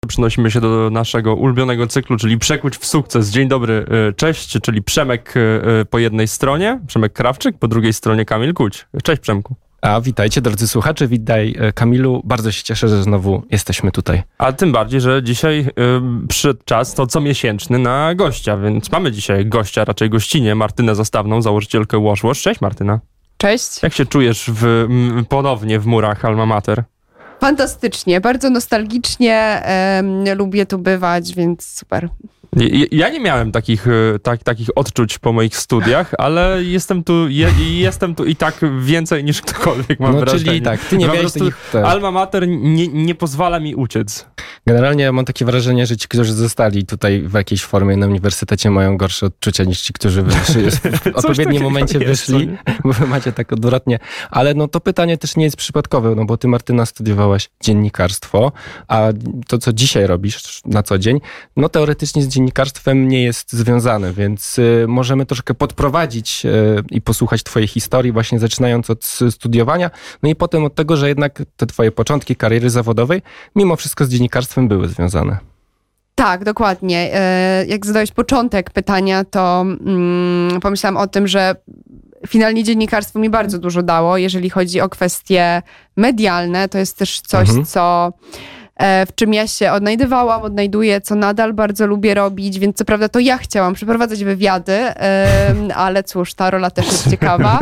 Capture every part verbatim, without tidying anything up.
Przenosimy się do naszego ulubionego cyklu, czyli Przekuć w sukces. Dzień dobry, cześć, czyli Przemek po jednej stronie, Przemek Krawczyk, po drugiej stronie Kamil Kuć. Cześć Przemku. A witajcie drodzy słuchacze, witaj Kamilu, bardzo się cieszę, że znowu jesteśmy tutaj. A tym bardziej, że dzisiaj y, przyszedł czas to comiesięczny na gościa, więc mamy dzisiaj gościa, raczej gościnie, Martynę Zastawną, założycielkę Wash Wash. Cześć Martyna. Cześć. Jak się czujesz w, m, ponownie w murach Alma Mater? Fantastycznie, bardzo nostalgicznie, em, lubię tu bywać, więc super. Ja, ja nie miałem takich, tak, takich odczuć po moich studiach, ale jestem tu, je, jestem tu i tak więcej niż ktokolwiek, mam no, wrażenie. Czyli tak, ty nie po miałeś takich... Tak. Alma Mater nie, nie pozwala mi uciec. Generalnie ja mam takie wrażenie, że ci, którzy zostali tutaj w jakiejś formie na uniwersytecie, mają gorsze odczucia niż ci, którzy wyszli, w odpowiednim momencie jest, wyszli, bo wy macie tak odwrotnie. Ale no to pytanie też nie jest przypadkowe, no bo ty, Martyna, studiowałaś dziennikarstwo, a to, co dzisiaj robisz na co dzień, no teoretycznie z dziennikarstwem nie jest związane, więc y, możemy troszkę podprowadzić y, i posłuchać twojej historii, właśnie zaczynając od studiowania, no i potem od tego, że jednak te twoje początki kariery zawodowej, mimo wszystko z dziennikarstwem były związane. Tak, dokładnie. Jak zadałeś początek pytania, to mm, pomyślałam o tym, że finalnie dziennikarstwo mi bardzo dużo dało, jeżeli chodzi o kwestie medialne. To jest też coś, mhm. co w czym ja się odnajdywałam, odnajduję, co nadal bardzo lubię robić, więc co prawda to ja chciałam przeprowadzać wywiady, ale cóż, ta rola też jest ciekawa.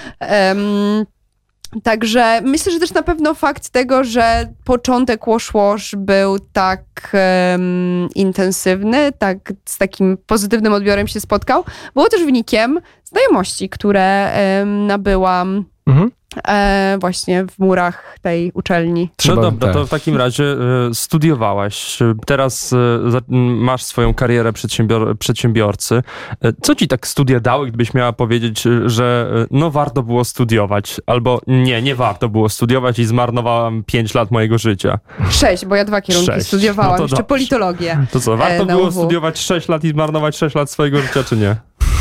Także myślę, że też na pewno fakt tego, że początek Wash Wash był tak um, intensywny, tak z takim pozytywnym odbiorem się spotkał, było też wynikiem znajomości, które um, nabyłam mhm. e, właśnie w murach tej uczelni. No dobra, to w takim razie y, studiowałaś, teraz y, masz swoją karierę przedsiębior- przedsiębiorcy. Y, co ci tak studia dały, gdybyś miała powiedzieć, y, że y, no warto było studiować, albo nie, nie warto było studiować i zmarnowałam pięć lat mojego życia? Sześć, bo ja dwa kierunki Sześć. studiowałam, no to jeszcze dobrze. politologię. To co, warto e, było U W. studiować sześć lat i zmarnować sześć lat swojego życia, czy nie?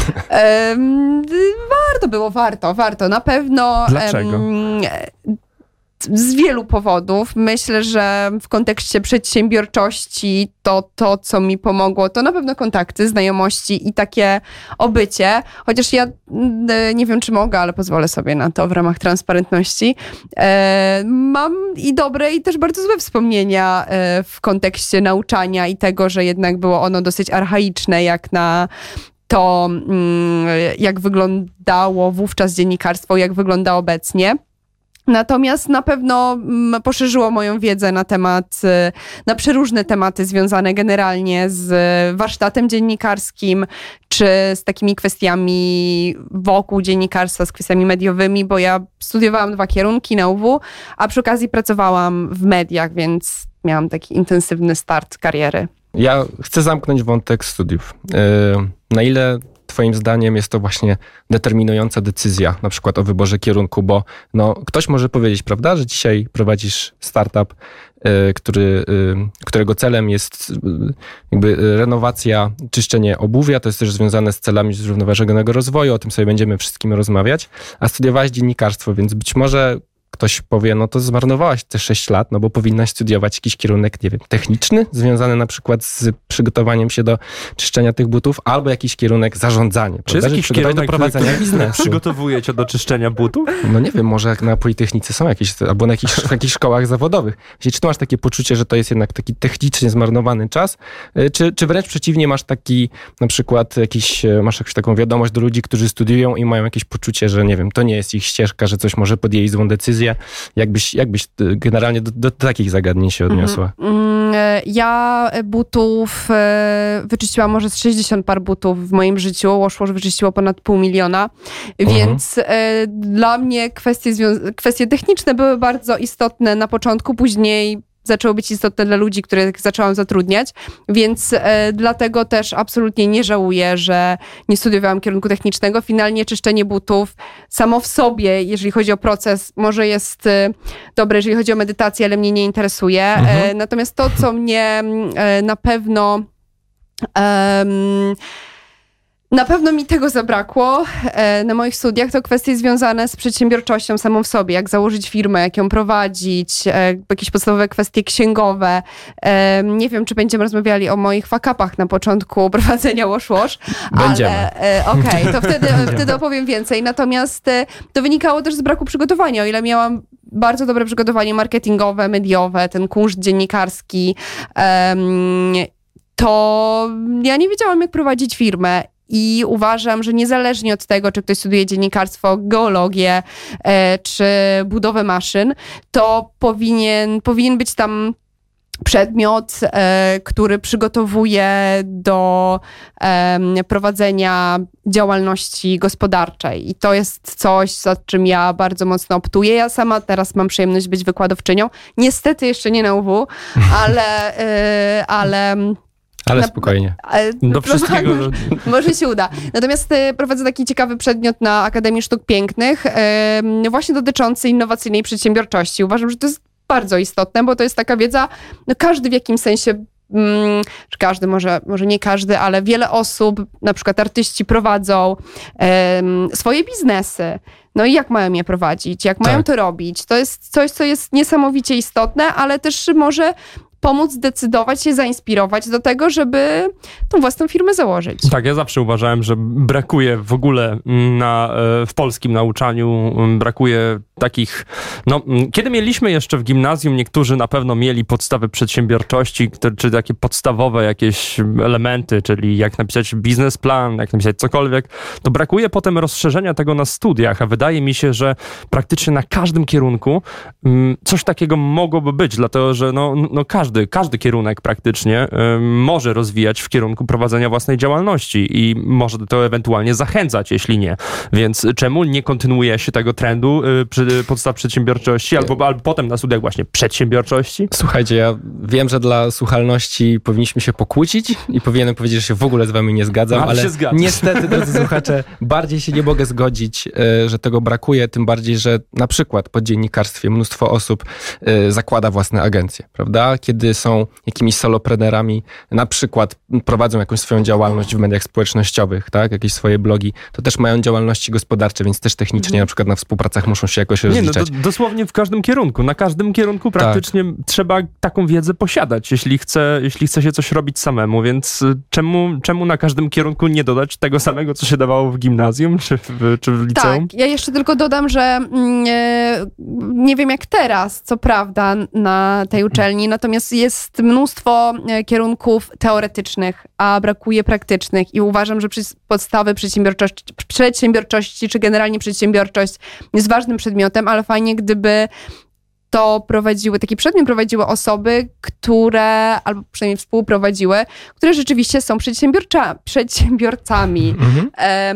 Um, warto było, warto, warto. Na pewno. Dlaczego? Um, z wielu powodów. Myślę, że w kontekście przedsiębiorczości to to, co mi pomogło, to na pewno kontakty, znajomości i takie obycie. Chociaż ja nie wiem, czy mogę, ale pozwolę sobie na to w ramach transparentności. E, mam i dobre, i też bardzo złe wspomnienia e, w kontekście nauczania i tego, że jednak było ono dosyć archaiczne, jak na to, jak wyglądało wówczas dziennikarstwo, jak wygląda obecnie. Natomiast na pewno poszerzyło moją wiedzę na temat, na przeróżne tematy związane generalnie z warsztatem dziennikarskim, czy z takimi kwestiami wokół dziennikarstwa, z kwestiami mediowymi, bo ja studiowałam dwa kierunki na U W, a przy okazji pracowałam w mediach, więc miałam taki intensywny start kariery. Ja chcę zamknąć wątek studiów. Na ile twoim zdaniem jest to właśnie determinująca decyzja, na przykład o wyborze kierunku, bo no, ktoś może powiedzieć, prawda, że dzisiaj prowadzisz startup, który, którego celem jest jakby renowacja, czyszczenie obuwia, to jest też związane z celami zrównoważonego rozwoju, o tym sobie będziemy wszystkim rozmawiać, a studiowałaś dziennikarstwo, więc być może ktoś powie, no to zmarnowałaś te sześć lat, no bo powinnaś studiować jakiś kierunek, nie wiem, techniczny, związany na przykład z przygotowaniem się do czyszczenia tych butów, albo jakiś kierunek zarządzania. Czy jest jakiś kierunek do prowadzenia który biznesu? Przygotowuje cię do czyszczenia butów? No nie wiem, może jak na Politechnice są jakieś, albo na jakichś, w jakichś szkołach zawodowych. Czy ty masz takie poczucie, że to jest jednak taki technicznie zmarnowany czas, czy, czy wręcz przeciwnie masz taki, na przykład jakiś, masz jakąś taką wiadomość do ludzi, którzy studiują i mają jakieś poczucie, że nie wiem, to nie jest ich ścieżka, że coś może podjęli złą decyzję. Jakbyś, jakbyś generalnie do, do takich zagadnień się odniosła? Ja butów wyczyściłam może z sześćdziesiąt par butów w moim życiu. Wash Wash wyczyściło ponad pół miliona, uh-huh. więc dla mnie kwestie, zwią- kwestie techniczne były bardzo istotne na początku, później zaczęło być istotne dla ludzi, których zaczęłam zatrudniać, więc e, dlatego też absolutnie nie żałuję, że nie studiowałam kierunku technicznego. Finalnie czyszczenie butów samo w sobie, jeżeli chodzi o proces, może jest e, dobre, jeżeli chodzi o medytację, ale mnie nie interesuje. Mhm. E, natomiast to, co mnie e, na pewno... Um, Na pewno mi tego zabrakło e, na moich studiach. To kwestie związane z przedsiębiorczością samą w sobie. Jak założyć firmę, jak ją prowadzić, e, jakieś podstawowe kwestie księgowe. E, nie wiem, czy będziemy rozmawiali o moich fuck-upach na początku prowadzenia Wash Wash. Będziemy. Ale e, okej, okay, to wtedy, wtedy opowiem więcej. Natomiast e, to wynikało też z braku przygotowania. O ile miałam bardzo dobre przygotowanie marketingowe, mediowe, ten kunszt dziennikarski, e, to ja nie wiedziałam, jak prowadzić firmę. I uważam, że niezależnie od tego, czy ktoś studiuje dziennikarstwo, geologię, e, czy budowę maszyn, to powinien, powinien być tam przedmiot, e, który przygotowuje do e, prowadzenia działalności gospodarczej. I to jest coś, za czym ja bardzo mocno optuję. Ja sama teraz mam przyjemność być wykładowczynią. Niestety jeszcze nie na U W, ale... E, ale Ale spokojnie. Do wszystkiego. Może, może się uda. Natomiast y, prowadzę taki ciekawy przedmiot na Akademii Sztuk Pięknych, y, właśnie dotyczący innowacyjnej przedsiębiorczości. Uważam, że to jest bardzo istotne, bo to jest taka wiedza, no każdy w jakimś sensie, mm, czy każdy, może, może nie każdy, ale wiele osób, na przykład artyści prowadzą y, swoje biznesy. No i jak mają je prowadzić? Jak mają tak. to robić? To jest coś, co jest niesamowicie istotne, ale też może pomóc zdecydować się, zainspirować do tego, żeby tą własną firmę założyć. Tak, ja zawsze uważałem, że brakuje w ogóle na, w polskim nauczaniu, brakuje takich, no, kiedy mieliśmy jeszcze w gimnazjum, niektórzy na pewno mieli podstawy przedsiębiorczości, czy takie podstawowe jakieś elementy, czyli jak napisać biznesplan, jak napisać cokolwiek, to brakuje potem rozszerzenia tego na studiach, a wydaje mi się, że praktycznie na każdym kierunku coś takiego mogłoby być, dlatego, że no, no każdy Każdy kierunek praktycznie y, może rozwijać w kierunku prowadzenia własnej działalności i może to ewentualnie zachęcać, jeśli nie. Więc czemu nie kontynuuje się tego trendu y, przy podstaw przedsiębiorczości albo, albo potem na studiach właśnie przedsiębiorczości? Słuchajcie, ja wiem, że dla słuchalności powinniśmy się pokłócić i powinienem powiedzieć, że się w ogóle z wami nie zgadzam, ale, ale się zgadza. Niestety, drodzy słuchacze, bardziej się nie mogę zgodzić, y, że tego brakuje, tym bardziej, że na przykład po dziennikarstwie mnóstwo osób y, zakłada własne agencje, prawda? Kiedy są jakimiś soloprenerami, na przykład prowadzą jakąś swoją działalność w mediach społecznościowych, tak, jakieś swoje blogi, to też mają działalności gospodarcze, więc też technicznie na przykład na współpracach muszą się jakoś rozliczać. Nie, no, do, dosłownie w każdym kierunku. Na każdym kierunku praktycznie tak. Trzeba taką wiedzę posiadać, jeśli chce, jeśli chce się coś robić samemu, więc czemu, czemu na każdym kierunku nie dodać tego samego, co się dawało w gimnazjum czy w, czy w liceum? Tak, ja jeszcze tylko dodam, że nie, nie wiem jak teraz, co prawda, na tej uczelni, natomiast jest mnóstwo kierunków teoretycznych, a brakuje praktycznych i uważam, że podstawy przedsiębiorczości, przedsiębiorczości czy generalnie przedsiębiorczość jest ważnym przedmiotem, ale fajnie, gdyby to prowadziły, taki przedmiot prowadziły osoby, które, albo przynajmniej współprowadziły, które rzeczywiście są przedsiębiorcza, przedsiębiorcami. Mhm.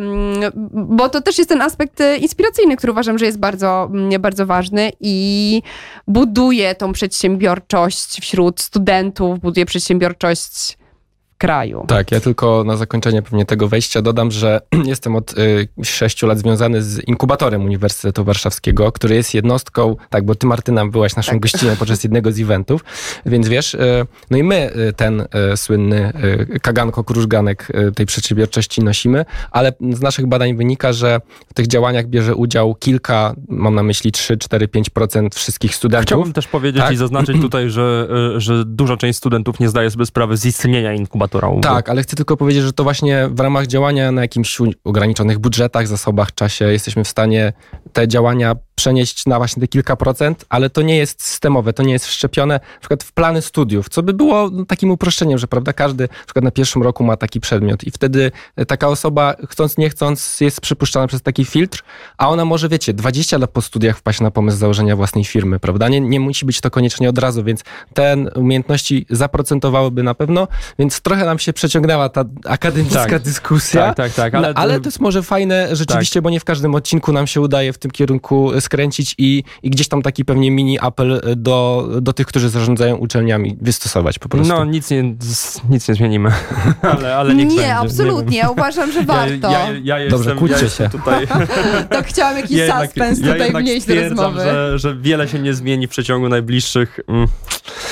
Um, bo to też jest ten aspekt inspiracyjny, który uważam, że jest bardzo, bardzo ważny i buduje tą przedsiębiorczość wśród studentów, buduje przedsiębiorczość kraju. Tak, ja tylko na zakończenie pewnie tego wejścia dodam, że jestem od y, sześciu lat związany z inkubatorem Uniwersytetu Warszawskiego, który jest jednostką, tak, bo ty, Martyna, byłaś naszą tak. gościnią podczas jednego z eventów, więc wiesz, y, no i my y, ten y, słynny y, kaganko, krużganek y, tej przedsiębiorczości nosimy, ale z naszych badań wynika, że w tych działaniach bierze udział kilka, mam na myśli trzy, cztery, pięć procent wszystkich studentów. Chciałbym też powiedzieć tak? i zaznaczyć tutaj, że, że duża część studentów nie zdaje sobie sprawy z istnienia inkubatora. Tak, ale chcę tylko powiedzieć, że to właśnie w ramach działania na jakimś ograniczonych budżetach, zasobach, czasie jesteśmy w stanie te działania przenieść na właśnie te kilka procent, ale to nie jest systemowe, to nie jest wszczepione na przykład w plany studiów, co by było takim uproszczeniem, że prawda, każdy na przykład na pierwszym roku ma taki przedmiot i wtedy taka osoba chcąc nie chcąc jest przypuszczana przez taki filtr, a ona może, wiecie, dwadzieścia lat po studiach wpaść na pomysł założenia własnej firmy, prawda? Nie, nie musi być to koniecznie od razu, więc te umiejętności zaprocentowałyby na pewno, więc trochę nam się przeciągnęła ta akademicka tak, dyskusja, tak, tak, tak, ale, no, ale to jest może fajne rzeczywiście, tak. bo nie w każdym odcinku nam się udaje w tym kierunku skręcić i, i gdzieś tam taki pewnie mini apel do, do tych, którzy zarządzają uczelniami wystosować po prostu. No nic nie, nic nie zmienimy, ale, ale niech Nie, będzie. absolutnie, nie ja uważam, że warto. Ja, ja, ja jestem, Dobrze, kłóćcie ja się. Tutaj... To chciałam jakiś ja suspens jednak, tutaj ja wnieść do rozmowy. Że, że wiele się nie zmieni w przeciągu najbliższych... Mm,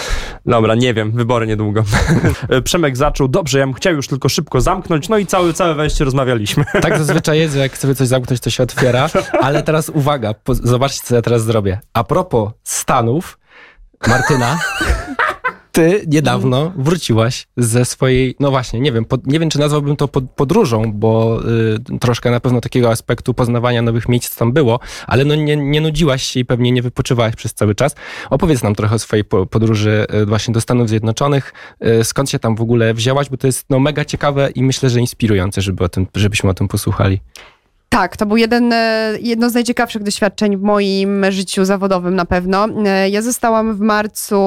Dobra, nie wiem, wybory niedługo. Przemek zaczął, dobrze, ja bym chciał już tylko szybko zamknąć, no i całe, całe wejście rozmawialiśmy. Tak zazwyczaj jest, że jak sobie coś zamknąć, to się otwiera, ale teraz uwaga, po, zobaczcie, co ja teraz zrobię. A propos Stanów, Martyna, ty niedawno wróciłaś ze swojej, no właśnie, nie wiem, pod, nie wiem, czy nazwałbym to pod, podróżą, bo y, troszkę na pewno takiego aspektu poznawania nowych miejsc tam było, ale no nie, nie nudziłaś się i pewnie nie wypoczywałaś przez cały czas. Opowiedz nam trochę o swojej po, podróży y, właśnie do Stanów Zjednoczonych, y, skąd się tam w ogóle wzięłaś, bo to jest no mega ciekawe i myślę, że inspirujące, żeby o tym, żebyśmy o tym posłuchali. Tak, to był jeden, jedno z najciekawszych doświadczeń w moim życiu zawodowym na pewno. Ja zostałam w marcu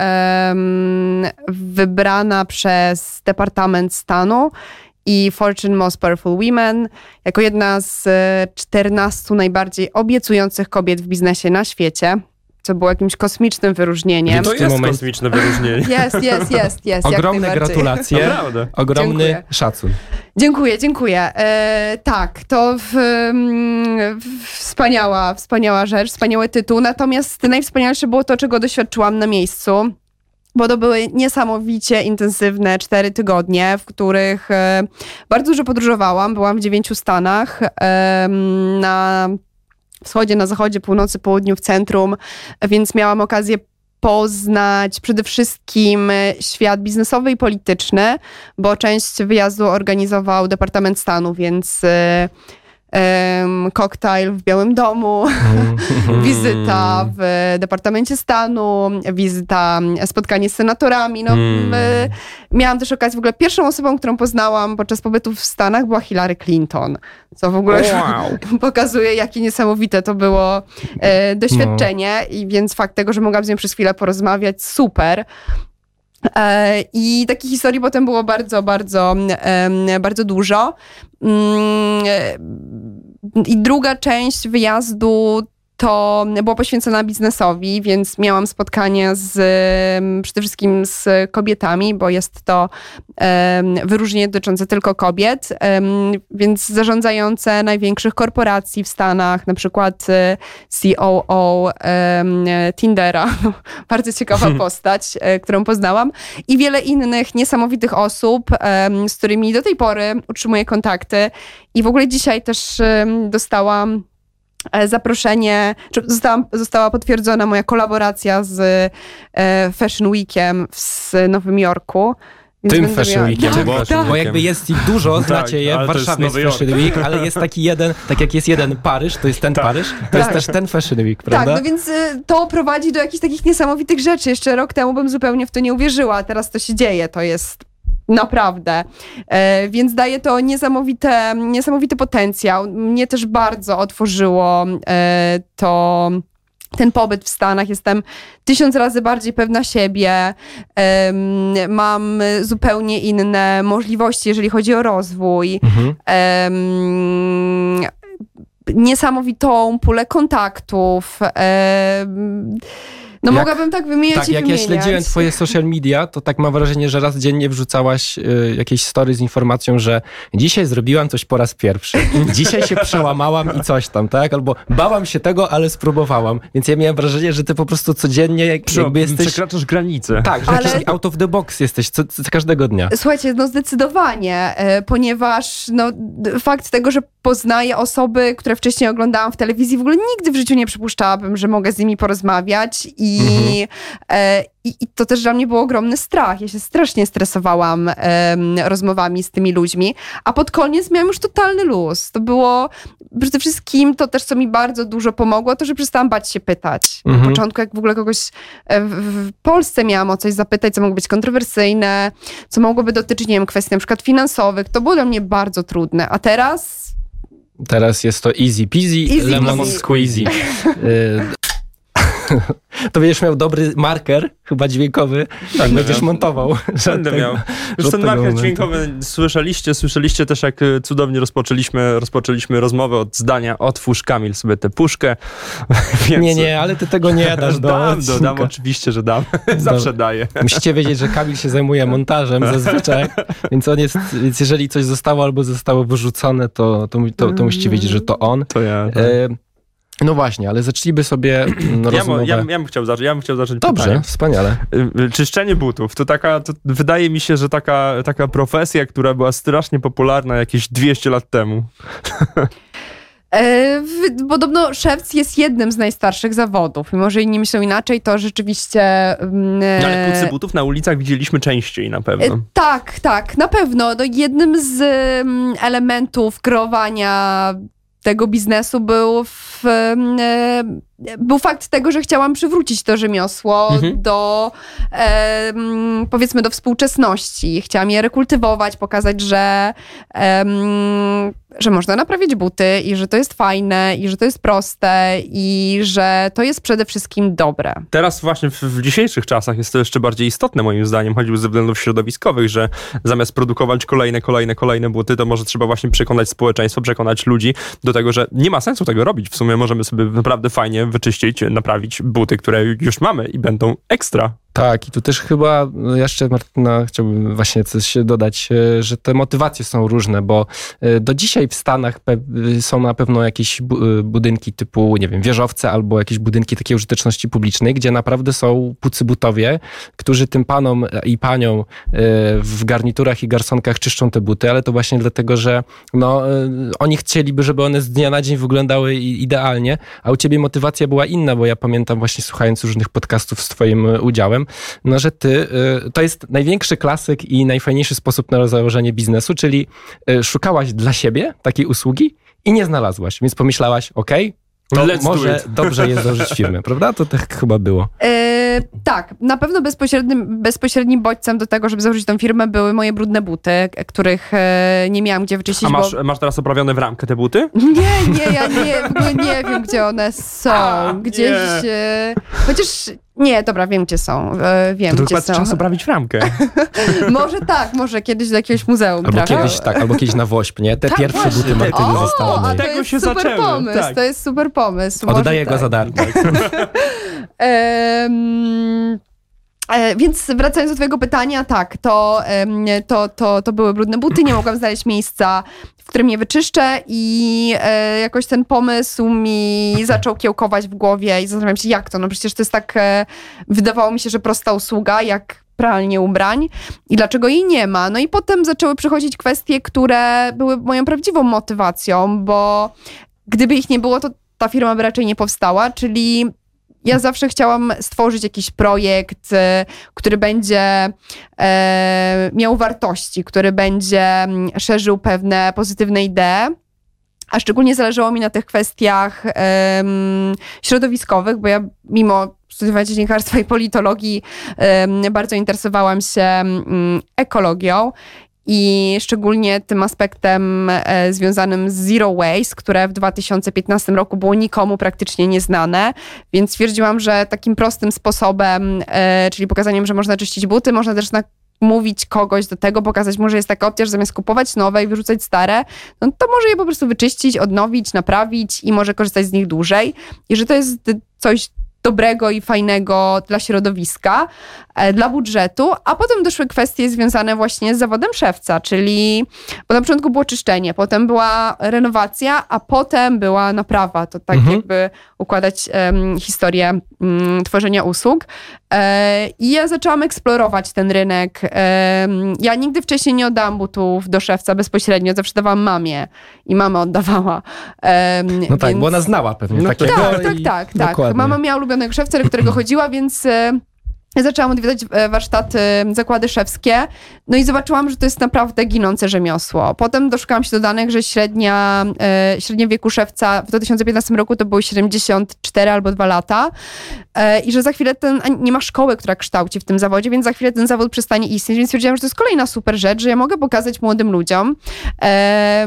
um, wybrana przez Departament Stanu i Fortune Most Powerful Women jako jedna z czternastu najbardziej obiecujących kobiet w biznesie na świecie, co było jakimś kosmicznym wyróżnieniem. To jest moment... kosmiczne wyróżnienie. Jest, jest, jest, jest. Ogromne gratulacje. Naprawdę. Ogromny Dziękuję. szacun. Dziękuję, dziękuję. E, tak, to w, w, wspaniała, wspaniała rzecz, wspaniały tytuł. Natomiast najwspanialsze było to, czego doświadczyłam na miejscu. Bo to były niesamowicie intensywne cztery tygodnie, w których e, bardzo dużo podróżowałam. Byłam w dziewięciu stanach, e, na wschodzie, na zachodzie, północy, południu, w centrum, więc miałam okazję poznać przede wszystkim świat biznesowy i polityczny, bo część wyjazdu organizował Departament Stanu, więc um, koktajl w Białym Domu, wizyta w Departamencie Stanu, wizyta, spotkanie z senatorami. No, mm. y, miałam też okazję, w ogóle pierwszą osobą, którą poznałam podczas pobytu w Stanach była Hillary Clinton, co w ogóle wow. pokazuje, jakie niesamowite to było e, doświadczenie no. i więc fakt tego, że mogłam z nią przez chwilę porozmawiać, super. E, I takich historii potem było bardzo, bardzo, e, bardzo dużo. Mm, I druga część wyjazdu to było poświęcona biznesowi, więc miałam spotkania z, przede wszystkim z kobietami, bo jest to um, wyróżnienie dotyczące tylko kobiet, um, więc zarządzające największych korporacji w Stanach, na przykład C O O um, Tindera, bardzo ciekawa postać, którą poznałam, i wiele innych niesamowitych osób, um, z którymi do tej pory utrzymuję kontakty. I w ogóle dzisiaj też um, dostałam zaproszenie, czy została, została potwierdzona moja kolaboracja z e, Fashion Weekiem w Nowym Jorku. Tym Fashion Weekiem, tak, bo, tak. bo jakby jest ich dużo, znacie je, w Warszawie jest, jest Fashion Week, ale jest taki jeden, tak jak jest jeden Paryż, to jest ten tak. Paryż, to tak. jest też ten Fashion Week, prawda? Tak, no więc y, to prowadzi do jakichś takich niesamowitych rzeczy. Jeszcze rok temu bym zupełnie w to nie uwierzyła, a teraz to się dzieje, to jest naprawdę. E, więc daje to niesamowite, niesamowity potencjał. Mnie też bardzo otworzyło e, to... ten pobyt w Stanach. Jestem tysiąc razy bardziej pewna siebie. Um, mam zupełnie inne możliwości, jeżeli chodzi o rozwój. Mhm. Um, niesamowitą pulę kontaktów. Um, No jak, mogłabym tak wymieniać tak, i jak wymieniać. ja śledziłem twoje social media, to tak mam wrażenie, że raz dziennie wrzucałaś y, jakieś story z informacją, że dzisiaj zrobiłam coś po raz pierwszy. Dzisiaj się przełamałam i coś tam, tak? Albo bałam się tego, ale spróbowałam. Więc ja miałem wrażenie, że ty po prostu codziennie jak, Prze- jakby jesteś... Przekraczasz granicę. Tak, że ale... jakiś out of the box jesteś co, co, każdego dnia. Słuchajcie, no zdecydowanie, ponieważ no, fakt tego, że poznaję osoby, które wcześniej oglądałam w telewizji, w ogóle nigdy w życiu nie przypuszczałabym, że mogę z nimi porozmawiać i I, e, i, I to też dla mnie był ogromny strach. Ja się strasznie stresowałam e, rozmowami z tymi ludźmi, a pod koniec miałam już totalny luz. To było przede wszystkim to też, co mi bardzo dużo pomogło, to, że przestałam bać się pytać. Mhm. Na początku, jak w ogóle kogoś w, w Polsce miałam o coś zapytać, co mogło być kontrowersyjne, co mogłoby dotyczyć, nie wiem, kwestii na przykład finansowych, to było dla mnie bardzo trudne. A teraz... Teraz jest to easy peasy, easy lemon peasy. squeezy. To będziesz miał dobry marker, chyba dźwiękowy, tak, będziesz miał. montował. Będę tego, miał. Już ten marker momentu. dźwiękowy słyszeliście, słyszeliście też, jak cudownie rozpoczęliśmy, rozpoczęliśmy rozmowę od zdania otwórz, Kamil, sobie tę puszkę. Więc... Nie, nie, ale ty tego nie dasz do Dam, do, dam, oczywiście, że dam. Zawsze daję. Musicie wiedzieć, że Kamil się zajmuje montażem zazwyczaj, więc on jest, więc jeżeli coś zostało albo zostało wyrzucone, to, to, to, to musicie wiedzieć, że to on. To ja. Tak. E, No właśnie, ale zacznijmy sobie Ja, rozmowę... ja, ja, bym chciał zacząć, ja bym chciał zacząć Dobrze, pytanie. wspaniale. Czyszczenie butów, to taka, to wydaje mi się, że taka, taka profesja, która była strasznie popularna jakieś dwieście lat temu. E, w, podobno szewc jest jednym z najstarszych zawodów. Mimo że inni myślą inaczej, to rzeczywiście... E, no, ale pucy butów na ulicach widzieliśmy częściej na pewno. E, tak, tak, na pewno. No, jednym z um, elementów kreowania tego biznesu był, w, e, był fakt tego, że chciałam przywrócić to rzemiosło mhm. do, e, powiedzmy, do współczesności. Chciałam je rekultywować, pokazać, że, e, że można naprawić buty i że to jest fajne i że to jest proste i że to jest przede wszystkim dobre. Teraz właśnie w, w dzisiejszych czasach jest to jeszcze bardziej istotne moim zdaniem, choćby ze względów środowiskowych, że zamiast produkować kolejne, kolejne, kolejne buty, to może trzeba właśnie przekonać społeczeństwo, przekonać ludzi do tego, że nie ma sensu tego robić. W sumie możemy sobie naprawdę fajnie wyczyścić, naprawić buty, które już mamy i będą ekstra. Tak, i tu też chyba jeszcze, Martyna, chciałbym właśnie coś dodać, że te motywacje są różne, bo do dzisiaj w Stanach są na pewno jakieś budynki typu, nie wiem, wieżowce albo jakieś budynki takiej użyteczności publicznej, gdzie naprawdę są pucy butowie, którzy tym panom i paniom w garniturach i garsonkach czyszczą te buty, ale to właśnie dlatego, że no, oni chcieliby, żeby one z dnia na dzień wyglądały idealnie, a u ciebie motywacja była inna, bo ja pamiętam właśnie słuchając różnych podcastów z twoim udziałem, no, że ty, to jest największy klasyk i najfajniejszy sposób na założenie biznesu, czyli szukałaś dla siebie takiej usługi i nie znalazłaś, więc pomyślałaś, okej, okay, to może dobrze jest założyć firmę, prawda? To tak chyba było. Yy, tak, na pewno bezpośrednim, bezpośrednim bodźcem do tego, żeby założyć tą firmę, były moje brudne buty, których yy, nie miałam gdzie wyczyścić. A masz, bo... masz teraz oprawione w ramkę te buty? Nie, nie, ja nie, w ogóle nie wiem, gdzie one są. A, gdzieś... Yy, chociaż... Nie, dobra, wiem, gdzie są. Yy, wiem, to gdzie są. czas oprawić w ramkę. Może tak, może kiedyś do jakiegoś muzeum. Albo trafię. kiedyś tak, albo kiedyś na Wośp, nie? Te tak, pierwsze właśnie. buty Martyny zostały. A to Tego jest się super zaczęły, pomysł, tak. to jest super pomysł. Oddaję go tak. za darmo. um, E, więc wracając do twojego pytania, tak, to, to, to, to były brudne buty, nie mogłam znaleźć miejsca, w którym je wyczyszczę i e, jakoś ten pomysł mi zaczął kiełkować w głowie i zastanawiam się, jak to, no przecież to jest tak, e, wydawało mi się, że prosta usługa, jak pralnie ubrań i dlaczego jej nie ma. No i potem zaczęły przychodzić kwestie, które były moją prawdziwą motywacją, bo gdyby ich nie było, to ta firma by raczej nie powstała, czyli ja zawsze chciałam stworzyć jakiś projekt, który będzie e, miał wartości, który będzie szerzył pewne pozytywne idee, a szczególnie zależało mi na tych kwestiach e, środowiskowych, bo ja mimo studiowania dziennikarstwa i politologii e, bardzo interesowałam się e, ekologią. I szczególnie tym aspektem e, związanym z zero waste, które w dwa tysiące piętnastym roku było nikomu praktycznie nieznane, więc stwierdziłam, że takim prostym sposobem, e, czyli pokazaniem, że można czyścić buty, można też namówić kogoś do tego, pokazać mu, że jest taka opcja, że zamiast kupować nowe i wyrzucać stare, no to może je po prostu wyczyścić, odnowić, naprawić i może korzystać z nich dłużej. I że to jest coś dobrego i fajnego dla środowiska, dla budżetu, a potem doszły kwestie związane właśnie z zawodem szewca, czyli bo na początku było czyszczenie, potem była renowacja, a potem była naprawa. To tak mhm. jakby układać um, historię um, tworzenia usług. E, I ja zaczęłam eksplorować ten rynek. E, ja nigdy wcześniej nie oddałam butów do szewca bezpośrednio, zawsze dawałam mamie i mama oddawała. E, no więc... tak, bo ona znała pewnie no takiego. Tak, tak, tak, tak. Dokładnie. Mama miała ulubionego szewca, do którego chodziła, więc ja zaczęłam odwiedzać warsztaty, zakłady szewskie, no i zobaczyłam, że to jest naprawdę ginące rzemiosło. Potem doszukałam się do danych, że średnia, e, średnie wieku szewca w dwa tysiące piętnastym roku to były siedemdziesiąt cztery albo dwa lata e, i że za chwilę ten, nie ma szkoły, która kształci w tym zawodzie, więc za chwilę ten zawód przestanie istnieć, więc stwierdziłam, że to jest kolejna super rzecz, że ja mogę pokazać młodym ludziom, e,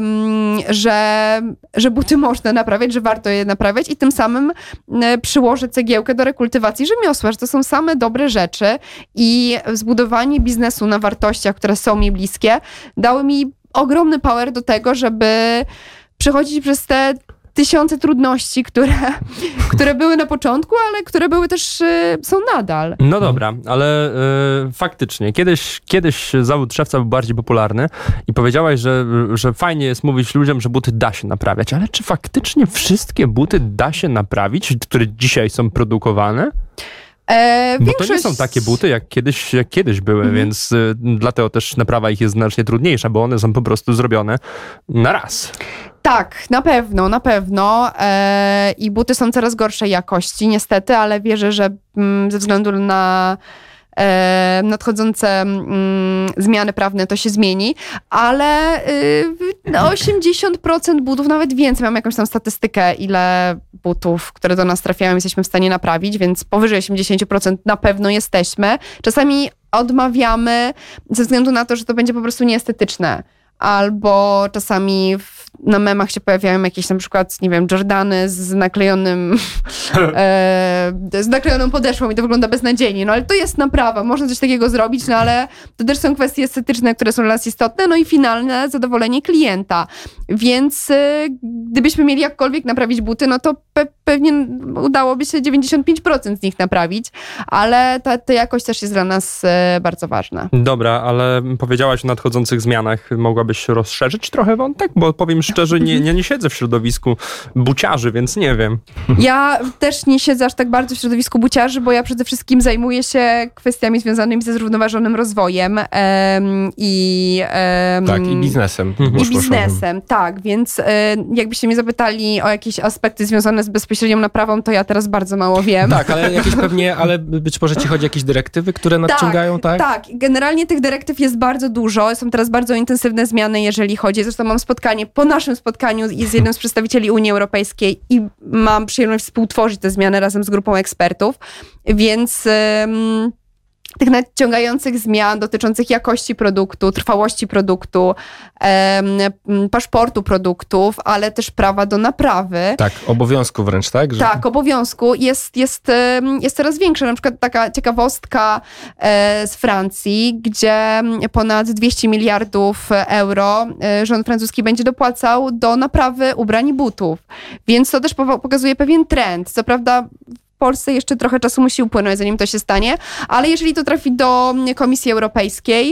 że, że buty można naprawiać, że warto je naprawiać i tym samym e, przyłożę cegiełkę do rekultywacji rzemiosła, że to są same dobre rzeczy. rzeczy i zbudowanie biznesu na wartościach, które są mi bliskie, dały mi ogromny power do tego, żeby przechodzić przez te tysiące trudności, które, które były na początku, ale które były też, y, są nadal. No dobra, ale y, faktycznie, kiedyś, kiedyś zawód szewca był bardziej popularny i powiedziałaś, że, że fajnie jest mówić ludziom, że buty da się naprawiać, ale czy faktycznie wszystkie buty da się naprawić, które dzisiaj są produkowane? E, Bo większość... to nie są takie buty, jak kiedyś, jak kiedyś były, mhm. więc y, dlatego też naprawa ich jest znacznie trudniejsza, bo one są po prostu zrobione na raz. Tak, na pewno, na pewno. E, I buty są coraz gorszej jakości, niestety, ale wierzę, że mm, ze względu na e, nadchodzące mm, zmiany prawne to się zmieni, ale y, osiemdziesiąt procent butów, nawet więcej, mam jakąś tam statystykę, ile butów, które do nas trafiają, jesteśmy w stanie naprawić, więc powyżej osiemdziesiąt procent na pewno jesteśmy. Czasami odmawiamy ze względu na to, że to będzie po prostu nieestetyczne. Albo czasami w, na memach się pojawiają jakieś na przykład, nie wiem, Jordany z naklejonym e, z naklejoną podeszwą i to wygląda beznadziejnie. No ale to jest naprawa, można coś takiego zrobić, no ale to też są kwestie estetyczne, które są dla nas istotne, no i finalne zadowolenie klienta. Więc e, gdybyśmy mieli jakkolwiek naprawić buty, no to pe- pewnie udałoby się dziewięćdziesiąt pięć procent z nich naprawić, ale ta, ta jakość też jest dla nas e, bardzo ważna. Dobra, ale powiedziałaś o nadchodzących zmianach. Mogłabyś rozszerzyć trochę wątek? Bo powiem szczerze, nie, nie, nie siedzę w środowisku buciarzy, więc nie wiem. Ja też nie siedzę aż tak bardzo w środowisku buciarzy, bo ja przede wszystkim zajmuję się kwestiami związanymi ze zrównoważonym rozwojem em, i... Em, tak, i biznesem. I biznesem, tak, więc e, jakbyście mnie zapytali o jakieś aspekty związane z bezpośrednią naprawą, to ja teraz bardzo mało wiem. Tak, ale jakieś pewnie, ale być może ci chodzi o jakieś dyrektywy, które nadciągają, tak? Tak, tak. Generalnie tych dyrektyw jest bardzo dużo, są teraz bardzo intensywne zmiany, jeżeli chodzi. Zresztą mam spotkanie, po naszym spotkaniu z jednym z przedstawicieli Unii Europejskiej i mam przyjemność współtworzyć te zmiany razem z grupą ekspertów, więc ym, tych nadciągających zmian dotyczących jakości produktu, trwałości produktu, em, paszportu produktów, ale też prawa do naprawy. Tak, obowiązku wręcz, tak? Że... Tak, obowiązku jest, jest, jest coraz większa. Na przykład taka ciekawostka z Francji, gdzie ponad dwieście miliardów euro rząd francuski będzie dopłacał do naprawy ubrań i butów. Więc to też pokazuje pewien trend. Co prawda w Polsce jeszcze trochę czasu musi upłynąć, zanim to się stanie, ale jeżeli to trafi do Komisji Europejskiej,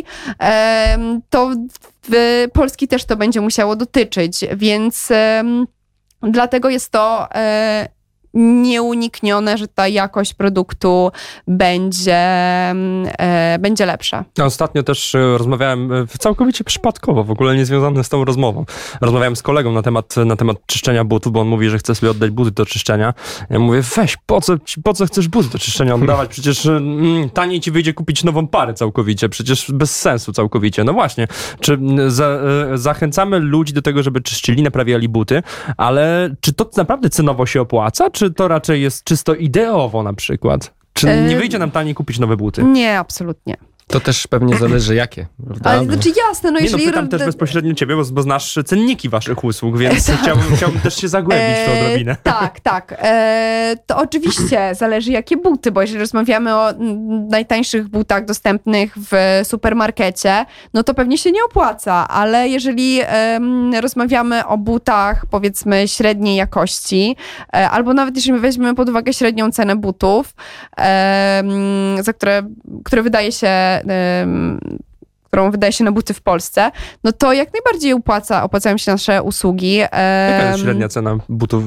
to w Polski też to będzie musiało dotyczyć, więc dlatego jest to nieuniknione, że ta jakość produktu będzie, e, będzie lepsza. Ostatnio też rozmawiałem całkowicie przypadkowo, w ogóle niezwiązane z tą rozmową. Rozmawiałem z kolegą na temat, na temat czyszczenia butów, bo on mówi, że chce sobie oddać buty do czyszczenia. Ja mówię, weź, po co, po co chcesz buty do czyszczenia oddawać? Przecież mm, taniej ci wyjdzie kupić nową parę całkowicie, przecież bez sensu całkowicie. No właśnie, czy za, zachęcamy ludzi do tego, żeby czyszczyli, naprawiali buty, ale czy to naprawdę cenowo się opłaca, czy Czy to raczej jest czysto ideowo na przykład? Czy nie wyjdzie nam taniej kupić nowe buty? Nie, absolutnie. To też pewnie zależy jakie, prawda? Ale znaczy jasne, no nie, jeżeli... no pytam też bezpośrednio ciebie, bo, bo znasz cenniki waszych usług, więc chciałbym, chciałbym też się zagłębić w to odrobinę. E, tak, tak. E, to oczywiście zależy jakie buty, bo jeżeli rozmawiamy o najtańszych butach dostępnych w supermarkecie, no to pewnie się nie opłaca, ale jeżeli e, rozmawiamy o butach powiedzmy średniej jakości, e, albo nawet jeżeli weźmiemy pod uwagę średnią cenę butów, e, za które, które wydaje się którą wydaje się na buty w Polsce, no to jak najbardziej opłaca, opłacają się nasze usługi. Jaka jest średnia cena butów,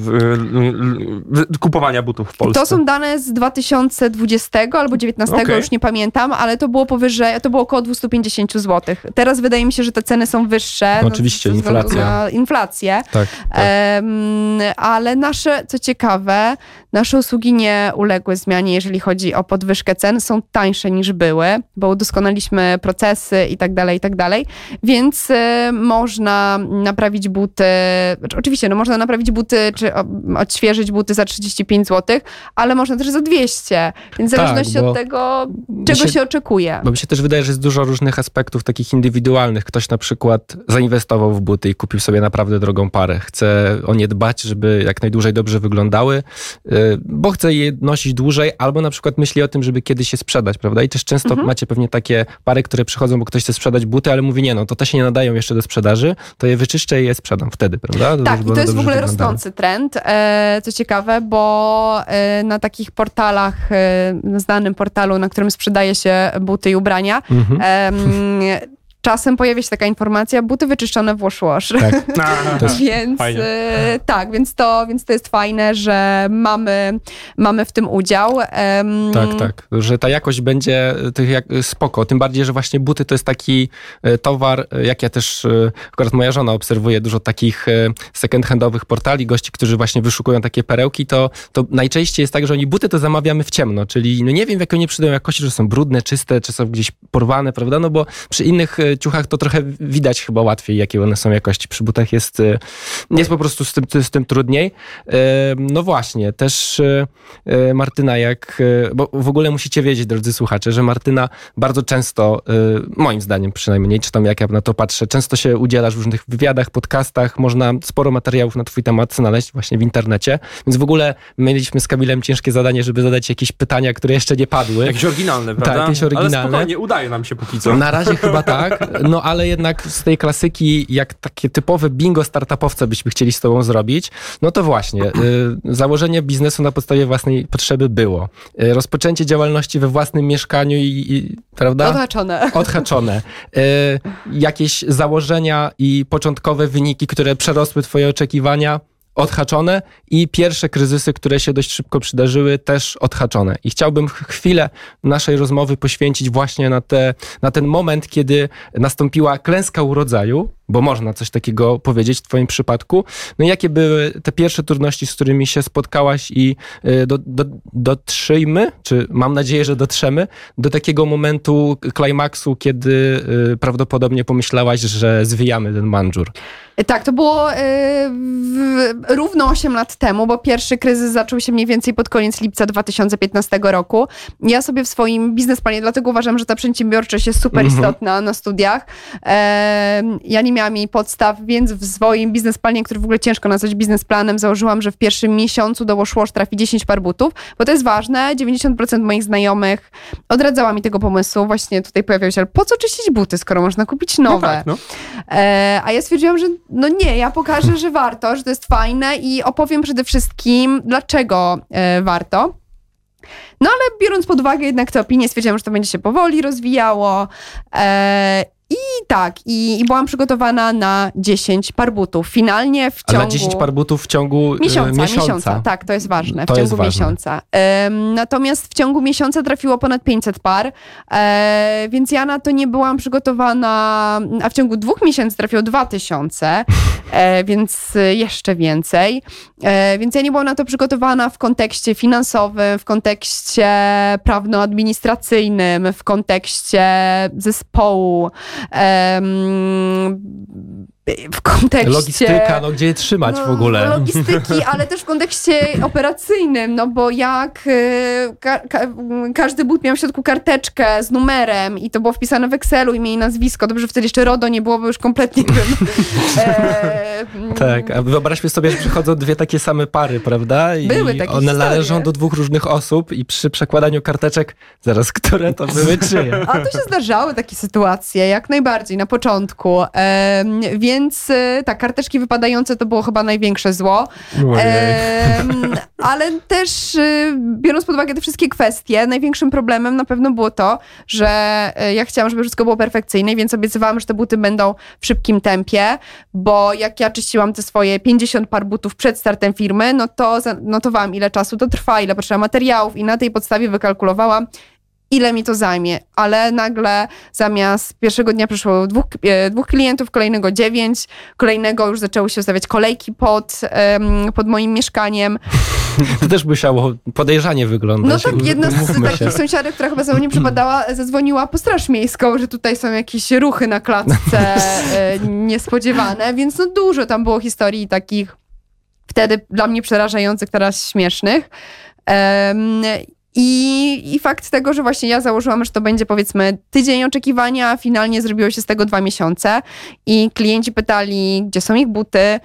kupowania butów w Polsce? To są dane z dwa tysiące dwudziestego albo dziewiętnastego, okay. Już nie pamiętam, ale to było powyżej, to było około dwieście pięćdziesiąt złotych. Teraz wydaje mi się, że te ceny są wyższe. No, oczywiście, no, inflacja. Na inflację. Tak, tak. Um, ale nasze, co ciekawe, nasze usługi nie uległy zmianie, jeżeli chodzi o podwyżkę cen. Są tańsze niż były, bo udoskonaliśmy procesy i tak dalej, i tak dalej. Więc y, można naprawić buty, znaczy, oczywiście, no można naprawić buty, czy o, odświeżyć buty za trzydzieści pięć złotych, ale można też za dwieście. Więc w tak, zależności od tego, czego się, się oczekuje. Bo mi się też wydaje, że jest dużo różnych aspektów takich indywidualnych. Ktoś na przykład zainwestował w buty i kupił sobie naprawdę drogą parę. Chce o nie dbać, żeby jak najdłużej dobrze wyglądały, y, bo chce je nosić dłużej, albo na przykład myśli o tym, żeby kiedyś je sprzedać, prawda? I też często mhm. macie pewnie takie pary, które przychodzą, bo ktoś jeszcze sprzedać buty, ale mówi, nie no, to te się nie nadają jeszcze do sprzedaży, to je wyczyszczę i je sprzedam wtedy, prawda? To tak, i to jest w ogóle rosnący trend, e, co ciekawe, bo e, na takich portalach, e, na znanym portalu, na którym sprzedaje się buty i ubrania, mhm. e, czasem pojawia się taka informacja, buty wyczyszczone w wash wash. Tak. więc e, tak, więc to, więc to jest fajne, że mamy, mamy w tym udział. Um, tak, tak, że ta jakość będzie tych jak, spoko, tym bardziej, że właśnie buty to jest taki towar, jak ja też, akurat moja żona obserwuje dużo takich second-handowych portali, gości, którzy właśnie wyszukują takie perełki, to, to najczęściej jest tak, że oni buty to zamawiamy w ciemno, czyli no nie wiem, w jakie one przydają jakości, że są brudne, czyste, czy są gdzieś porwane, prawda, no bo przy innych ciuchach to trochę widać chyba łatwiej, jakie one są jakości. Przy butach jest, jest po prostu z tym, z tym trudniej. No właśnie, też Martyna, jak, bo w ogóle musicie wiedzieć, drodzy słuchacze, że Martyna bardzo często, moim zdaniem przynajmniej, czy tam jak ja na to patrzę, często się udzielasz w różnych wywiadach, podcastach, można sporo materiałów na twój temat znaleźć właśnie w internecie, więc w ogóle mieliśmy z Kamilem ciężkie zadanie, żeby zadać jakieś pytania, które jeszcze nie padły. Jakieś oryginalne, prawda? Tak, jakieś oryginalne. Ale spokojnie, udaje nam się póki co. Na razie chyba tak. No ale jednak z tej klasyki, jak takie typowe bingo startupowce byśmy chcieli z tobą zrobić, no to właśnie, y, założenie biznesu na podstawie własnej potrzeby było. Y, rozpoczęcie działalności we własnym mieszkaniu i, i prawda? Odhaczone. Odhaczone. Y, jakieś założenia i początkowe wyniki, które przerosły twoje oczekiwania, odhaczone i pierwsze kryzysy, które się dość szybko przydarzyły, też odhaczone. I chciałbym chwilę naszej rozmowy poświęcić właśnie na, te, na ten moment, kiedy nastąpiła klęska urodzaju, bo można coś takiego powiedzieć w twoim przypadku. No i jakie były te pierwsze trudności, z którymi się spotkałaś i do, do, dotrzyjmy, czy mam nadzieję, że dotrzemy, do takiego momentu klimaksu, kiedy prawdopodobnie pomyślałaś, że zwijamy ten mandżur. Tak, to było y, w, równo osiem lat temu, bo pierwszy kryzys zaczął się mniej więcej pod koniec lipca dwa tysiące piętnastego roku. Ja sobie w swoim biznesplanie, dlatego uważam, że ta przedsiębiorczość jest super mhm. istotna na studiach. E, ja nie miałam jej podstaw, więc w swoim biznesplanie, który w ogóle ciężko nazwać biznesplanem, założyłam, że w pierwszym miesiącu do wash wash trafi dziesięć par butów, bo to jest ważne. dziewięćdziesiąt procent moich znajomych odradzała mi tego pomysłu. Właśnie tutaj pojawiały się, ale po co czyścić buty, skoro można kupić nowe? No tak, no. E, a ja stwierdziłam, że no nie, ja pokażę, że warto, że to jest fajne i opowiem przede wszystkim, dlaczego e, warto. No ale biorąc pod uwagę jednak te opinie, stwierdziłam, że to będzie się powoli rozwijało. E, I tak, i, i byłam przygotowana na dziesięć par butów. Finalnie w ciągu... A na dziesięć par butów w ciągu miesiąca, miesiąca. miesiąca. Tak, to jest ważne. To w jest ciągu ważne. miesiąca. Um, natomiast w ciągu miesiąca trafiło ponad pięćset par, e, więc ja na to nie byłam przygotowana, a w ciągu dwóch miesięcy trafiło dwa tysiące, e, więc jeszcze więcej. E, więc ja nie byłam na to przygotowana w kontekście finansowym, w kontekście prawno-administracyjnym, w kontekście zespołu, w kontekście... Logistyka, no gdzie je trzymać no, w ogóle? Logistyki, ale też w kontekście operacyjnym, no bo jak ka- ka- każdy but miał w środku karteczkę z numerem i to było wpisane w Excelu, imię i nazwisko, dobrze, że wtedy jeszcze RODO nie było, bo już kompletnie nie wiem. E, tak, a wyobraźmy sobie, że przychodzą dwie takie same pary, prawda? I były takie one historie. Należą do dwóch różnych osób i przy przekładaniu karteczek, zaraz, które to były czyje? A to się zdarzały takie sytuacje, jak najbardziej, na początku. E, więc tak, karteczki wypadające to było chyba największe zło. E, ale też biorąc pod uwagę te wszystkie kwestie, największym problemem na pewno było to, że ja chciałam, żeby wszystko było perfekcyjne, więc obiecywałam, że te buty będą w szybkim tempie, bo jak ja czyściłam te swoje pięćdziesiąt par butów przed startem firmy, no to zanotowałam, ile czasu to trwa, ile potrzeba materiałów i na tej podstawie wykalkulowałam, ile mi to zajmie, ale nagle zamiast pierwszego dnia przyszło dwóch, e, dwóch klientów, kolejnego dziewięć, kolejnego już zaczęły się ustawiać kolejki pod, um, pod moim mieszkaniem. To też musiało podejrzanie wyglądać. No tak, jedna z Umówmy takich się. sąsiadek, która chyba za mną nie przypadała, zadzwoniła po straż miejską, że tutaj są jakieś ruchy na klatce e, niespodziewane, więc no dużo tam było historii takich wtedy dla mnie przerażających, teraz śmiesznych. Um, I, I fakt tego, że właśnie ja założyłam, że to będzie powiedzmy tydzień oczekiwania, finalnie zrobiło się z tego dwa miesiące i klienci pytali, gdzie są ich buty,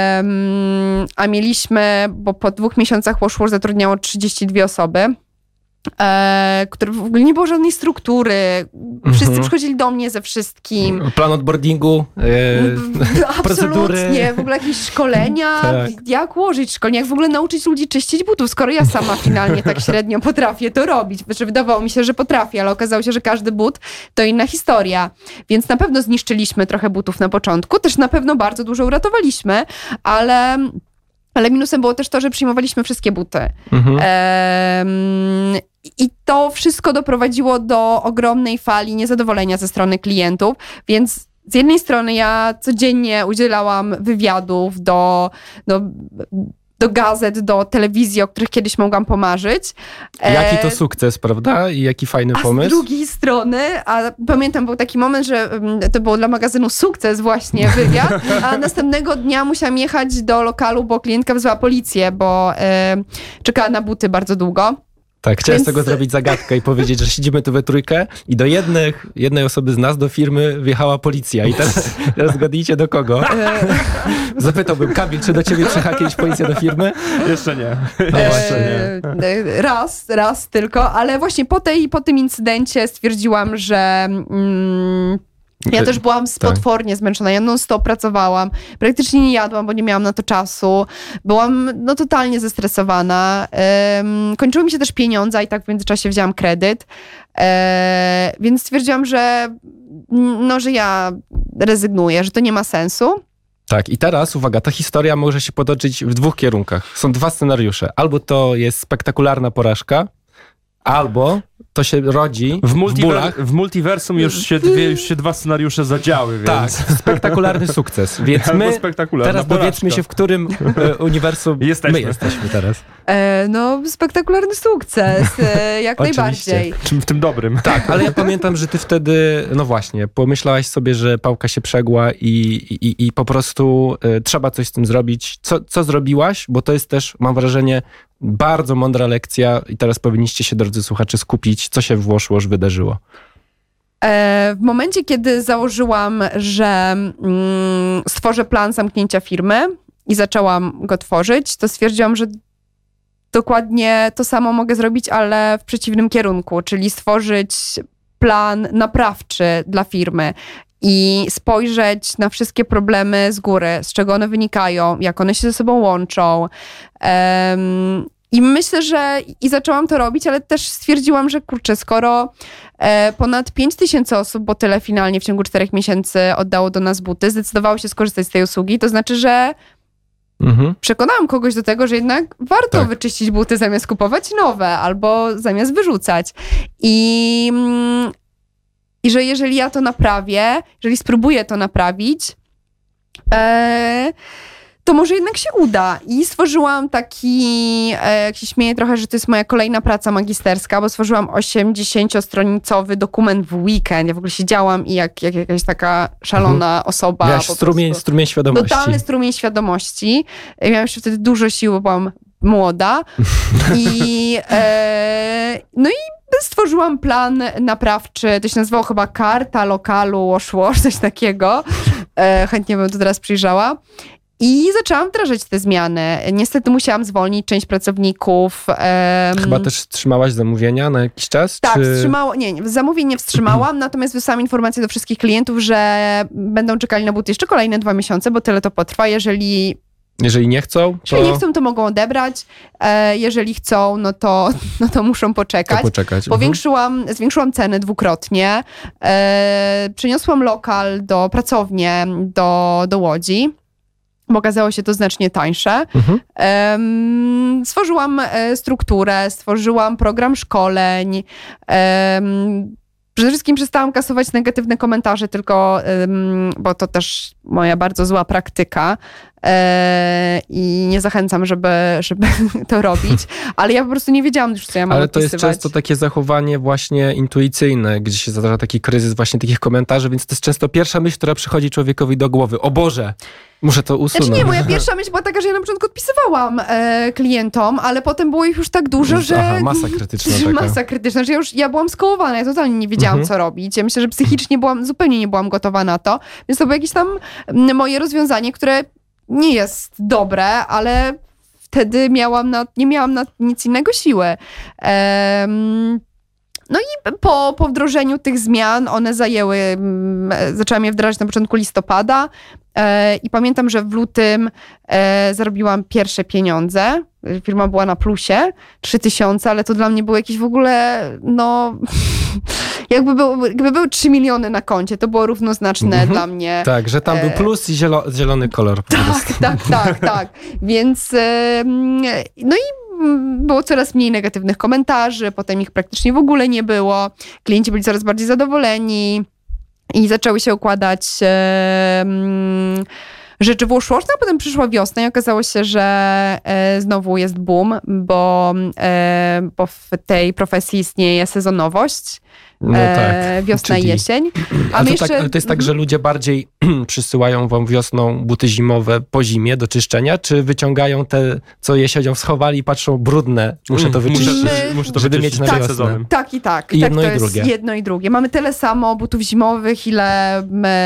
um, a mieliśmy, bo po dwóch miesiącach wash wash zatrudniało trzydzieści dwie osoby, E, które w ogóle nie było żadnej struktury. Wszyscy Mhm. przychodzili do mnie ze wszystkim. Plan onboardingu, e, procedury. Absolutnie. W ogóle jakieś szkolenia. Tak. Jak ułożyć szkolenia, jak w ogóle nauczyć ludzi czyścić butów, skoro ja sama finalnie tak średnio potrafię to robić. Znaczy, wydawało mi się, że potrafię, ale okazało się, że każdy but to inna historia. Więc na pewno zniszczyliśmy trochę butów na początku. Też na pewno bardzo dużo uratowaliśmy, ale... Ale minusem było też to, że przyjmowaliśmy wszystkie buty. Mhm. Ehm, I to wszystko doprowadziło do ogromnej fali niezadowolenia ze strony klientów, więc z jednej strony ja codziennie udzielałam wywiadów do, do, do gazet, do telewizji, o których kiedyś mogłam pomarzyć. Jaki E, to sukces, prawda? I jaki fajny a pomysł. z drugiej strony, a pamiętam, był taki moment, że um, to było dla magazynu Sukces właśnie wywiad, a następnego dnia musiałam jechać do lokalu, bo klientka wezwała policję, bo e, czekała na buty bardzo długo. Tak, chciałem Więc- z tego zrobić zagadkę i powiedzieć, że siedzimy tu we trójkę i do jednych, jednej osoby z nas, do firmy wjechała policja. I teraz, teraz zgadnijcie do kogo. Zapytałbym, Kamil, czy do ciebie przyjechała kiedyś policja do firmy? Jeszcze nie. No E, właśnie. e, raz, raz tylko, ale właśnie po, tej, po tym incydencie stwierdziłam, że mm, ja Że- też byłam tak. potwornie zmęczona, ja non-stop pracowałam, praktycznie nie jadłam, bo nie miałam na to czasu, byłam no totalnie zestresowana, Em, kończyły mi się też pieniądze i tak w międzyczasie wzięłam kredyt, e, więc stwierdziłam, że no, że ja rezygnuję, że to nie ma sensu. Tak, i teraz, uwaga, ta historia może się potoczyć w dwóch kierunkach. Są dwa scenariusze. Albo to jest spektakularna porażka, albo to się rodzi W, w, multiver- bólach. w multiversum już się, dwie, już się dwa scenariusze zadziały, Tak, więc... spektakularny sukces. Więc Albo my spektakularna teraz porażka. dowiedzmy się, w którym e, uniwersum Jesteśmy. my jesteśmy teraz. E, no, spektakularny sukces, e, jak Oczywiście. najbardziej. Czym w tym dobrym. Tak, ale ja pamiętam, że ty wtedy, no właśnie, pomyślałaś sobie, że pałka się przegła i, i, i po prostu e, trzeba coś z tym zrobić. Co, co zrobiłaś? Bo to jest też, mam wrażenie, bardzo mądra lekcja i teraz powinniście się, drodzy słuchacze, skupić, co się w Washwash wydarzyło. E, w momencie, kiedy założyłam, że mm, stworzę plan zamknięcia firmy i zaczęłam go tworzyć, to stwierdziłam, że dokładnie to samo mogę zrobić, ale w przeciwnym kierunku, czyli stworzyć plan naprawczy dla firmy i spojrzeć na wszystkie problemy z góry, z czego one wynikają, jak one się ze sobą łączą. Em, I myślę, że i zaczęłam to robić, ale też stwierdziłam, że kurczę, skoro e, ponad pięć tysięcy osób, bo tyle finalnie w ciągu czterech miesięcy oddało do nas buty, zdecydowało się skorzystać z tej usługi, to znaczy, że Mhm. przekonałam kogoś do tego, że jednak warto Tak. wyczyścić buty zamiast kupować nowe albo zamiast wyrzucać. I, mm, i że jeżeli ja to naprawię, jeżeli spróbuję to naprawić, e, to może jednak się uda. I stworzyłam taki, e, jak się śmieję trochę, że to jest moja kolejna praca magisterska, bo stworzyłam osiemdziesięciostronicowy dokument w weekend. Ja w ogóle siedziałam i jak, jak jakaś taka szalona osoba. Miałaś po strumień, prostu. strumień świadomości. Totalny strumień świadomości. Miałam jeszcze wtedy dużo siły, bo byłam młoda. I, e, no i stworzyłam plan naprawczy, to się nazywało chyba Karta Lokalu Wash Wash, coś takiego. E, chętnie bym to teraz przyjrzała. I zaczęłam wdrażać te zmiany. Niestety musiałam zwolnić część pracowników. em, Chyba też trzymałaś zamówienia na jakiś czas? Tak, czy... wstrzymało, nie, nie, zamówień nie wstrzymałam, natomiast wysłałam informację do wszystkich klientów, że będą czekali na buty jeszcze kolejne dwa miesiące, bo tyle to potrwa. Jeżeli, Jeżeli nie chcą, to, jeżeli nie chcą, to mogą odebrać. E, jeżeli chcą, no to, no to muszą to poczekać. poczekać. Mhm. Powiększyłam, zwiększyłam ceny dwukrotnie. E, przeniosłam lokal do pracownię do, do Łodzi, bo okazało się to znacznie tańsze. Mhm. Em, stworzyłam e, strukturę, stworzyłam program szkoleń. Em, przede wszystkim przestałam kasować negatywne komentarze, tylko, em, bo to też moja bardzo zła praktyka e, i nie zachęcam, żeby, żeby to robić, ale ja po prostu nie wiedziałam już, co ja mam Ale to jest odpisywać. często takie zachowanie właśnie intuicyjne, gdzie się zdarza taki kryzys właśnie takich komentarzy, więc to jest często pierwsza myśl, która przychodzi człowiekowi do głowy. O Boże, muszę to usunąć. Znaczy nie, moja pierwsza myśl była taka, że ja na początku odpisywałam e, klientom, ale potem było ich już tak dużo, że... Aha, masa krytyczna że taka. Masa krytyczna, że ja już ja byłam skołowana, ja totalnie nie wiedziałam, Mhm. co robić. Ja myślę, że psychicznie byłam, zupełnie nie byłam gotowa na to, więc to było jakieś tam mm, moje rozwiązanie, które nie jest dobre, ale wtedy miałam na, nie miałam na nic innego siły. Um, No i po, po wdrożeniu tych zmian one zajęły, zaczęłam je wdrażać na początku listopada e, i pamiętam, że w lutym e, zarobiłam pierwsze pieniądze. Firma była na plusie, trzy tysiące, ale to dla mnie było jakieś w ogóle, no jakby, był, jakby były trzy miliony na koncie, to było równoznaczne mhm. dla mnie. Tak, że tam był plus i zielo, zielony kolor. Tak, tak, tak, tak. Więc e, no i było coraz mniej negatywnych komentarzy, potem ich praktycznie w ogóle nie było. Klienci byli coraz bardziej zadowoleni i zaczęły się układać e, mm, rzeczy w Wash Wash. No a potem przyszła wiosna i okazało się, że e, znowu jest boom, bo, e, bo w tej profesji istnieje sezonowość. No tak. Wiosna Czyli... i jesień. A A to, jeszcze... tak, ale to jest tak, że ludzie bardziej przysyłają wam wiosną buty zimowe po zimie do czyszczenia, czy wyciągają te, co jesienią schowali i patrzą brudne, muszę to wyczyścić, My- muszę to żeby wyczyścić mieć na przed wiosnę. sezonem. Tak i tak. I tak jedno to i jest drugie. jedno i drugie. Mamy tyle samo butów zimowych, ile...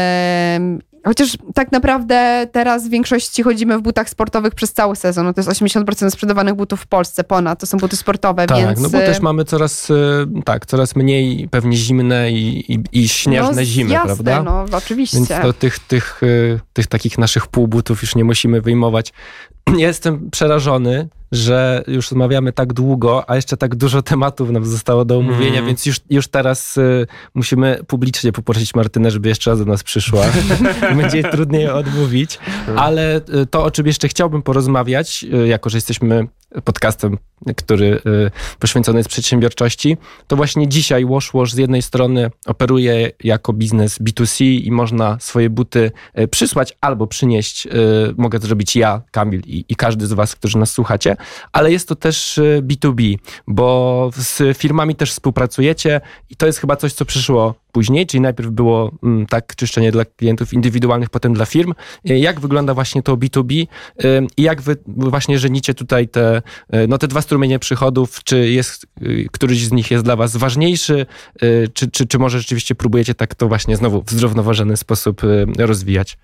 em, Chociaż tak naprawdę teraz w większości chodzimy w butach sportowych przez cały sezon. No to jest osiemdziesiąt procent sprzedawanych butów w Polsce ponad. To są buty sportowe, Tak, więc... no bo też mamy coraz, y, tak, coraz mniej pewnie zimne i, i, i śnieżne no, zimy, jasne, prawda? no oczywiście. Więc to tych, tych, y, tych takich naszych półbutów już nie musimy wyjmować. Ja jestem przerażony, że już rozmawiamy tak długo, a jeszcze tak dużo tematów nam zostało do omówienia, Mm. więc już, już teraz y, musimy publicznie poprosić Martynę, żeby jeszcze raz do nas przyszła. Będzie jej trudniej odmówić. Ale y, to, o czym jeszcze chciałbym porozmawiać, y, jako że jesteśmy podcastem, który y, poświęcony jest przedsiębiorczości, to właśnie dzisiaj Wash Wash z jednej strony operuje jako biznes B dwa C i można swoje buty y, przysłać albo przynieść. Y, mogę to zrobić ja, Kamil i, i każdy z was, którzy nas słuchacie, ale jest to też y, B dwa B, bo z firmami też współpracujecie i to jest chyba coś, co przyszło później, czyli najpierw było mm, tak czyszczenie dla klientów indywidualnych, potem dla firm. Y, Jak wygląda właśnie to B dwa B y, i jak wy właśnie żenicie tutaj te, y, no te dwa strumienie przychodów, czy jest, y, któryś z nich jest dla was ważniejszy, y, czy, czy, czy może rzeczywiście próbujecie tak to właśnie znowu w zrównoważony sposób y, rozwijać?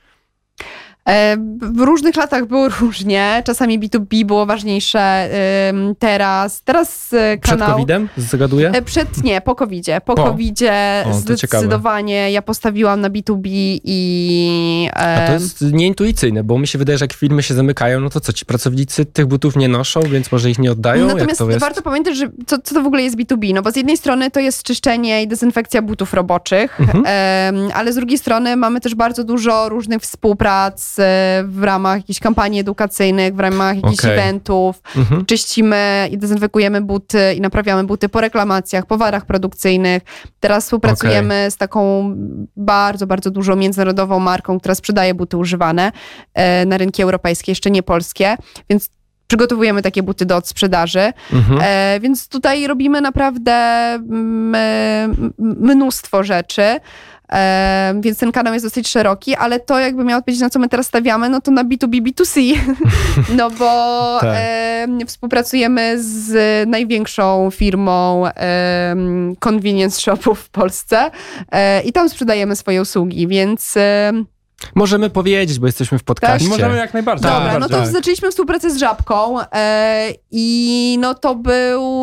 W różnych latach było różnie. Czasami B dwa B było ważniejsze. Teraz, teraz kanał... Przed kowidem, zagaduję? Przed, nie, po kowidzie. Po, Po. kowidzie O, to zdecydowanie ciekawe. Ja postawiłam na B dwa B i... A to jest nieintuicyjne, bo mi się wydaje, że jak firmy się zamykają, no to co, ci pracownicy tych butów nie noszą, więc może ich nie oddają? Natomiast jak to jest? warto pamiętać, że co, co to w ogóle jest B dwa B? No bo z jednej strony to jest czyszczenie i dezynfekcja butów roboczych, Mhm. em, ale z drugiej strony mamy też bardzo dużo różnych współprac w ramach jakichś kampanii edukacyjnych, w ramach jakichś Okej. eventów. Mhm. Czyścimy i dezynfekujemy buty i naprawiamy buty po reklamacjach, po wadach produkcyjnych. Teraz współpracujemy z taką bardzo, bardzo dużą międzynarodową marką, która sprzedaje buty używane e, na rynki europejskie, jeszcze nie polskie, więc przygotowujemy takie buty do odsprzedaży. Mhm. E, więc tutaj robimy naprawdę mm, e, mnóstwo rzeczy. E, więc ten kanał jest dosyć szeroki, ale to jakby miał odpowiedzieć, na co my teraz stawiamy, no to na B dwa B, B dwa C. No bo Tak. e, współpracujemy z największą firmą e, convenience shopów w Polsce e, i tam sprzedajemy swoje usługi, więc... E, Możemy powiedzieć, bo jesteśmy w podcaście. Możemy jak najbardziej. Dobra, jak no to najbardziej. zaczęliśmy współpracę z Żabką e, i no to był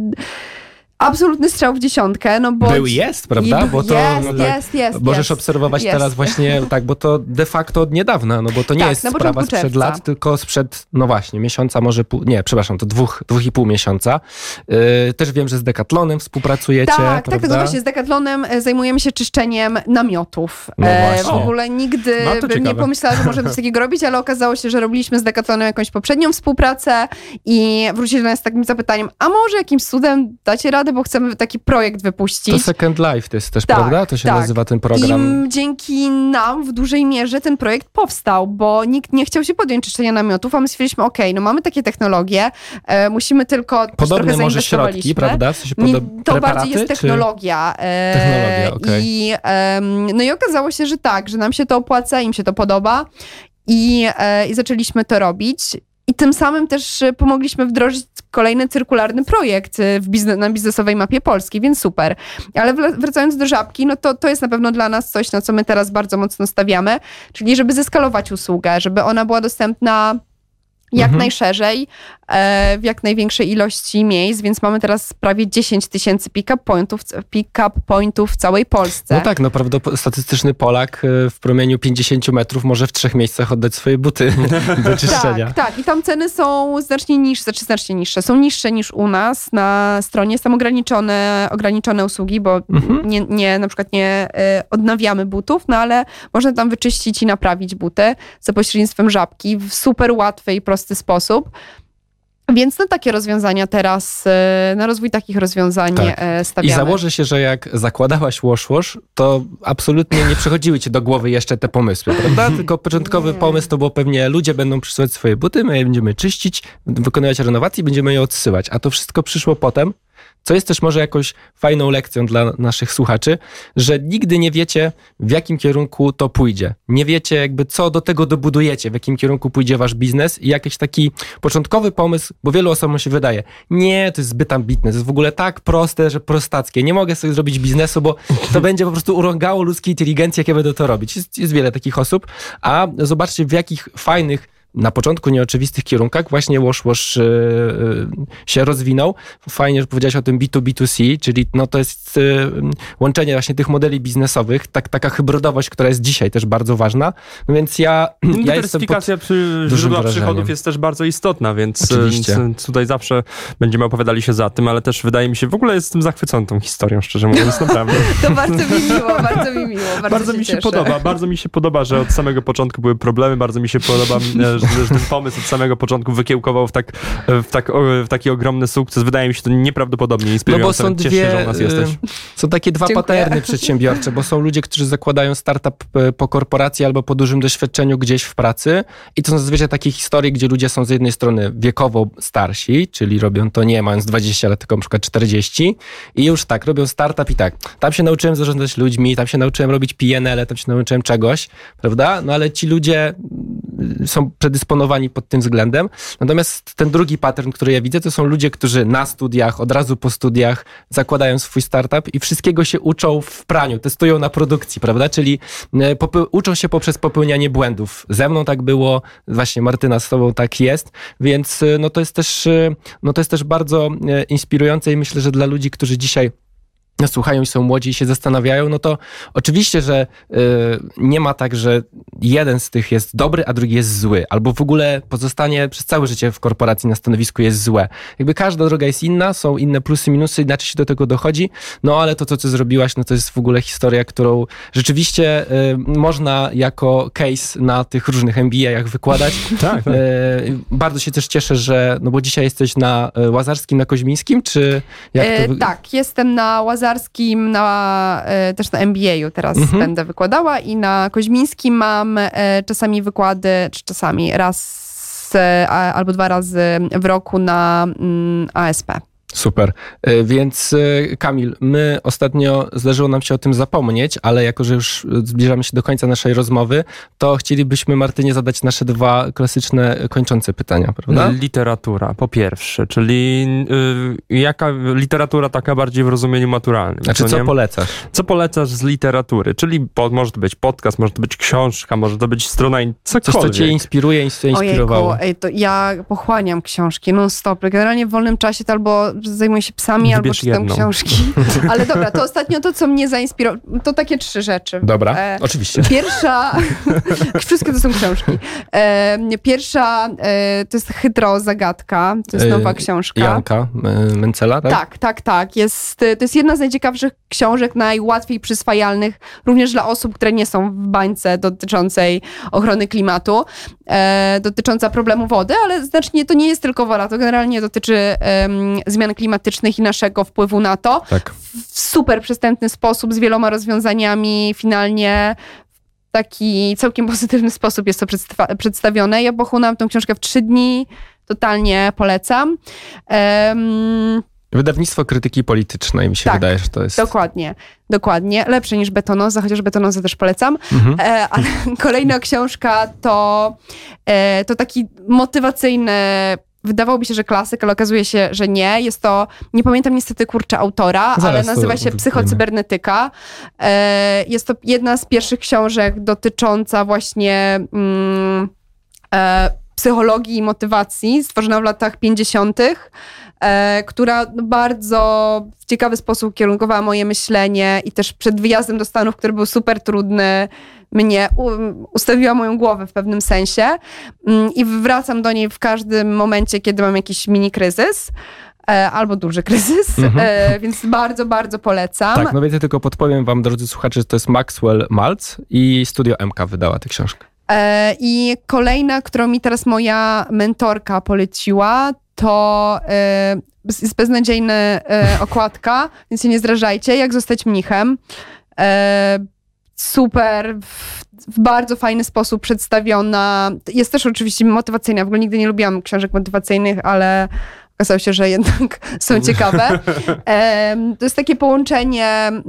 absolutny strzał w dziesiątkę, no bo... Był i jest, prawda? I, bo to, jest, no tak, jest, jest. możesz jest, obserwować jest. teraz właśnie, tak, bo to de facto od niedawna, no bo to nie Tak, jest na sprawa początku sprzed czerwca. lat, tylko sprzed, no właśnie, miesiąca, może pół, nie, przepraszam, to dwóch, dwóch i pół miesiąca. Yy, też wiem, że z Decathlonem współpracujecie, Tak, tak, prawda? tak, no właśnie z Decathlonem e, zajmujemy się czyszczeniem namiotów. No właśnie. w ogóle nigdy No to bym nie ciekawe. pomyślała, że możemy coś takiego robić, ale okazało się, że robiliśmy z Decathlonem jakąś poprzednią współpracę i wrócili do nas z takim zapytaniem, a może jakimś cudem dacie radę, bo chcemy taki projekt wypuścić. To Second Life to jest też, Tak, prawda? To się tak. nazywa ten program. I dzięki nam w dużej mierze ten projekt powstał, bo nikt nie chciał się podjąć czyszczenia namiotów, a my stwierdziliśmy, okej, no mamy takie technologie, e, musimy tylko też Podobne trochę może środki, zainwestowaliśmy. prawda? W sensie Nie, podob- to preparaty, bardziej jest czy- technologia. E, Technologia, okej. I, em, no i okazało się, że tak, że nam się to opłaca, im się to podoba i, e, i zaczęliśmy to robić. I tym samym też e, pomogliśmy wdrożyć kolejny cyrkularny projekt e, w biznes, na biznesowej mapie Polski, więc super. Ale wla- wracając do Żabki, no to, to jest na pewno dla nas coś, na co my teraz bardzo mocno stawiamy, czyli żeby zeskalować usługę, żeby ona była dostępna jak Mhm. najszerzej, e, w jak największej ilości miejsc, więc mamy teraz prawie dziesięć tysięcy pick-up pointów, pick-up pointów w całej Polsce. No tak, no prawdopodobnie statystyczny Polak y, w promieniu pięćdziesiąt metrów może w trzech miejscach oddać swoje buty do czyszczenia. Tak, tak. I tam ceny są znacznie niższe, znaczy znacznie niższe. Są niższe niż u nas na stronie. Są ograniczone, ograniczone usługi, bo Mhm. nie, nie, na przykład nie y, odnawiamy butów, no ale można tam wyczyścić i naprawić buty za pośrednictwem żabki w super łatwy i prosty sposób. Więc no takie rozwiązania teraz, y, na rozwój takich rozwiązań Tak. y, I stawiamy. założę się, że jak zakładałaś Wash Wash, to absolutnie nie przychodziły ci do głowy jeszcze te pomysły, prawda? Tylko początkowy Nie. pomysł to było pewnie ludzie będą przysyłać swoje buty, my je będziemy czyścić, wykonywać renowacje i będziemy je odsyłać. A to wszystko przyszło potem, co jest też może jakąś fajną lekcją dla naszych słuchaczy, że nigdy nie wiecie, w jakim kierunku to pójdzie. Nie wiecie jakby, co do tego dobudujecie, w jakim kierunku pójdzie wasz biznes i jakiś taki początkowy pomysł, bo wielu osobom się wydaje, nie, to jest zbyt ambitne, to jest w ogóle tak proste, że prostackie. Nie mogę sobie zrobić biznesu, bo to będzie po prostu urągało ludzkiej inteligencji, jak ja będę to robić. Jest, jest wiele takich osób, a zobaczcie, w jakich fajnych, na początku nieoczywistych kierunkach właśnie Wash Wash yy, się rozwinął. Fajnie, że powiedziałeś o tym B dwa B dwa C, czyli no to jest yy, łączenie właśnie tych modeli biznesowych, tak, taka hybrydowość, która jest dzisiaj też bardzo ważna. No więc ja, ja jestem pod Dywersyfikacja przy dużym źródła wrażeniem. przychodów jest też bardzo istotna, więc Oczywiście. więc tutaj zawsze będziemy opowiadali się za tym, ale też wydaje mi się, w ogóle jestem zachwycony tą historią, szczerze mówiąc, naprawdę. To bardzo mi miło, bardzo mi miło. Bardzo, Bardzo się mi się cieszę. podoba, bardzo mi się podoba, że od samego początku były problemy, bardzo mi się podoba, e, że, że ten pomysł od samego początku wykiełkował w, tak, w, tak, o, w taki ogromny sukces. Wydaje mi się to nieprawdopodobnie No inspirujące. bo są Cieszę dwie, się, że u nas jesteś. y, są takie dwa Dziękuję. paterny przedsiębiorcze, bo są ludzie, którzy zakładają startup y, po korporacji albo po dużym doświadczeniu gdzieś w pracy i to są zazwyczaj takie historie, gdzie ludzie są z jednej strony wiekowo starsi, czyli robią to nie mając dwadzieścia lat, tylko na przykład czterdzieści i już tak, robią startup i tak, tam się nauczyłem zarządzać ludźmi, tam się nauczyłem robić P N L, tam się nauczyłem czegoś, prawda? No ale ci ludzie y, są predysponowani pod tym względem. Natomiast ten drugi pattern, który ja widzę, to są ludzie, którzy na studiach, od razu po studiach zakładają swój startup i wszystkiego się uczą w praniu, testują na produkcji, prawda? Czyli e, popy- uczą się poprzez popełnianie błędów. Ze mną tak było, właśnie Martyna, z tobą tak jest, więc e, no to jest też, e, no to jest też bardzo e, inspirujące i myślę, że dla ludzi, którzy dzisiaj no, słuchają i są młodzi i się zastanawiają, no to oczywiście, że y, nie ma tak, że jeden z tych jest dobry, a drugi jest zły, albo w ogóle pozostanie przez całe życie w korporacji na stanowisku jest złe. Jakby każda droga jest inna, są inne plusy, minusy, inaczej się do tego dochodzi, no ale to, to co zrobiłaś, no to jest w ogóle historia, którą rzeczywiście y, można jako case na tych różnych M B A-ach wykładać. Tak, tak. Y, bardzo się też cieszę, że, no bo dzisiaj jesteś na y, Łazarskim, na Koźmińskim, czy jak to E, wy- tak, jestem na Łazarskim, na, e, też na M B A-u teraz Mhm. będę wykładała i na Koźmińskim mam e, czasami wykłady, czy czasami raz e, a, albo dwa razy w roku na mm, A S P. Super. Y, Więc y, Kamil, my ostatnio zdarzyło nam się o tym zapomnieć, ale jako, że już zbliżamy się do końca naszej rozmowy, to chcielibyśmy Martynie zadać nasze dwa klasyczne kończące pytania, prawda? Literatura, po pierwsze, czyli y, jaka literatura taka bardziej w rozumieniu maturalnym. Znaczy, to co nie? polecasz? Co polecasz z literatury? Czyli po, może to być podcast, może to być książka, może to być strona, in- Coś, cokolwiek. co cię inspiruje i cię inspirowało? Ojejku, ej, to ja pochłaniam książki non-stop. Generalnie w wolnym czasie to albo zajmuję się psami, albo Wybierz czytam jedną. książki. Ale dobra, to ostatnio to, co mnie zainspirowało, to takie trzy rzeczy. Dobra, E, oczywiście. Pierwsza, wszystkie to są książki. E, pierwsza e, to jest Hydro Zagadka, to jest E, nowa książka. Janka y, Mencela, tak? Tak, tak, tak. Jest, to jest jedna z najciekawszych książek, najłatwiej przyswajalnych, również dla osób, które nie są w bańce dotyczącej ochrony klimatu, e, dotycząca problemu wody, ale znacznie to nie jest tylko woda, to generalnie dotyczy em, zmian klimatycznych i naszego wpływu na to. Tak. W super przystępny sposób, z wieloma rozwiązaniami, finalnie w taki całkiem pozytywny sposób jest to przedsta- przedstawione. Ja pochłonęłam tę książkę w trzy dni, totalnie polecam. Em, Wydawnictwo krytyki politycznej, mi się Tak, wydaje, że to jest... Dokładnie, dokładnie. Lepsze niż Betonoza, chociaż Betonozę też polecam. Mhm. E, ale kolejna książka to, e, to taki motywacyjny, wydawałoby się, że klasyk, ale okazuje się, że nie. Jest to, nie pamiętam niestety kurczę autora, Zaraz ale to nazywa się wypłynie. Psychocybernetyka. E, jest to jedna z pierwszych książek dotycząca właśnie mm, e, psychologii i motywacji, stworzona w latach pięćdziesiątych, e, która bardzo w ciekawy sposób kierunkowała moje myślenie i też przed wyjazdem do Stanów, który był super trudny, mnie u, ustawiła moją głowę w pewnym sensie mm, i wracam do niej w każdym momencie, kiedy mam jakiś mini kryzys. Albo duży kryzys, mhm. e, więc bardzo, bardzo polecam. Tak, no więc ja tylko podpowiem wam, drodzy słuchacze, że to jest Maxwell Maltz i Studio M K wydała tę książkę. E, I kolejna, którą mi teraz moja mentorka poleciła, to e, jest beznadziejna e, okładka, więc się nie zrażajcie, Jak zostać mnichem. E, super, w, w bardzo fajny sposób przedstawiona. Jest też oczywiście motywacyjna, w ogóle nigdy nie lubiłam książek motywacyjnych, ale okazało się, że jednak są ciekawe. E, to jest takie połączenie...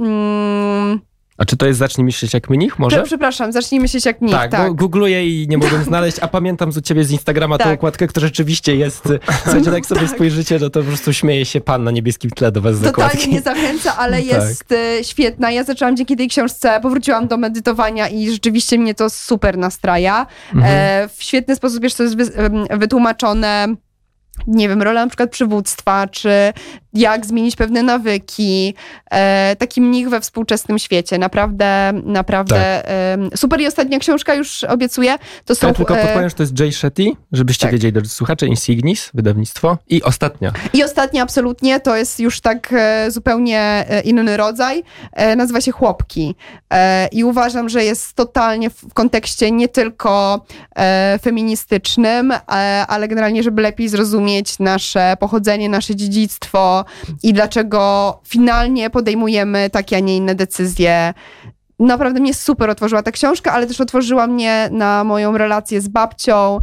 Mm, A czy to jest Zacznij myśleć jak mnich, może? Przepraszam, Zacznij myśleć jak mnich, tak. tak. Bo googluję i nie mogłem znaleźć, a pamiętam z u ciebie z Instagrama tak. tą okładkę, która rzeczywiście jest... Słuchajcie, no, jak sobie tak. spojrzycie, no to po prostu śmieje się pan na niebieskim tle do was z okładki. Totalnie nie zachęca, ale tak. jest świetna. Ja zaczęłam dzięki tej książce, powróciłam do medytowania i rzeczywiście mnie to super nastraja. Mhm. E, w świetny sposób jeszcze to jest wy, wytłumaczone... nie wiem, rola na przykład przywództwa, czy jak zmienić pewne nawyki. E, taki mnich we współczesnym świecie. Naprawdę, naprawdę tak. e, super. I ostatnia książka, już obiecuję. To są, ja tylko podpowiem, że to jest Jay Shetty, żebyście tak. wiedzieli, drodzy słuchacze, Insignis, wydawnictwo. I ostatnia. I ostatnia, absolutnie, to jest już tak e, zupełnie e, inny rodzaj. E, nazywa się Chłopki. E, I uważam, że jest totalnie w, w kontekście nie tylko e, feministycznym, e, ale generalnie, żeby lepiej zrozumieć nasze pochodzenie, nasze dziedzictwo i dlaczego finalnie podejmujemy takie, a nie inne decyzje. Naprawdę mnie super otworzyła ta książka, ale też otworzyła mnie na moją relację z babcią,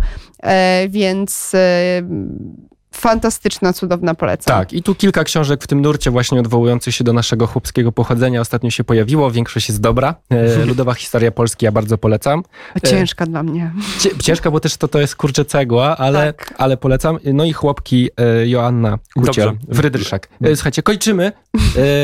e, więc e, fantastyczna, cudowna, polecam. Tak, i tu kilka książek w tym nurcie właśnie odwołujących się do naszego chłopskiego pochodzenia ostatnio się pojawiło. Większość jest dobra. E, Ludowa historia Polski ja bardzo polecam. Ciężka e, dla mnie. Ciężka, bo też to, to jest kurczę cegła, ale, tak. ale polecam. No i Chłopki e, Joanna Kuciel, Frydryszak. E, słuchajcie, kończymy, e,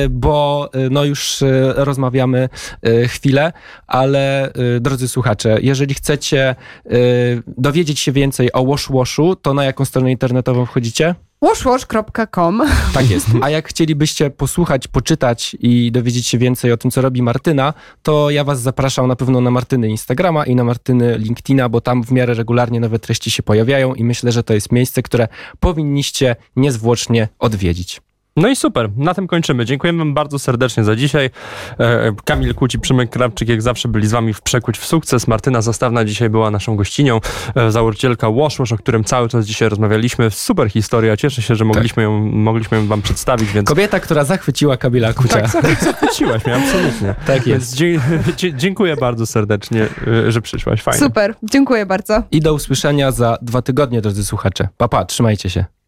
bo e, no już e, rozmawiamy e, chwilę, ale e, drodzy słuchacze, jeżeli chcecie e, dowiedzieć się więcej o Wash Washu, to na jaką stronę internetową wchodzicie? wash wash kropka com. Tak jest. A jak chcielibyście posłuchać, poczytać i dowiedzieć się więcej o tym, co robi Martyna, to ja was zapraszam na pewno na Martyny Instagrama i na Martyny LinkedIna, bo tam w miarę regularnie nowe treści się pojawiają i myślę, że to jest miejsce, które powinniście niezwłocznie odwiedzić. No i super, na tym kończymy. Dziękujemy wam bardzo serdecznie za dzisiaj. Kamil Kuci, Przemek Krawczyk jak zawsze byli z wami w Przekuć w sukces. Martyna Zastawna dzisiaj była naszą gościnią, założycielka Wash Wash, o którym cały czas dzisiaj rozmawialiśmy. Super historia, cieszę się, że mogliśmy ją, mogliśmy ją wam przedstawić. Więc... Kobieta, która zachwyciła Kamila Kucia. Tak, zachwyciłaś mnie, absolutnie. Tak jest. Dzie- dzie- dziękuję bardzo serdecznie, że przyszłaś. Fajnie. Super, dziękuję bardzo. I do usłyszenia za dwa tygodnie, drodzy słuchacze. Pa, pa, trzymajcie się.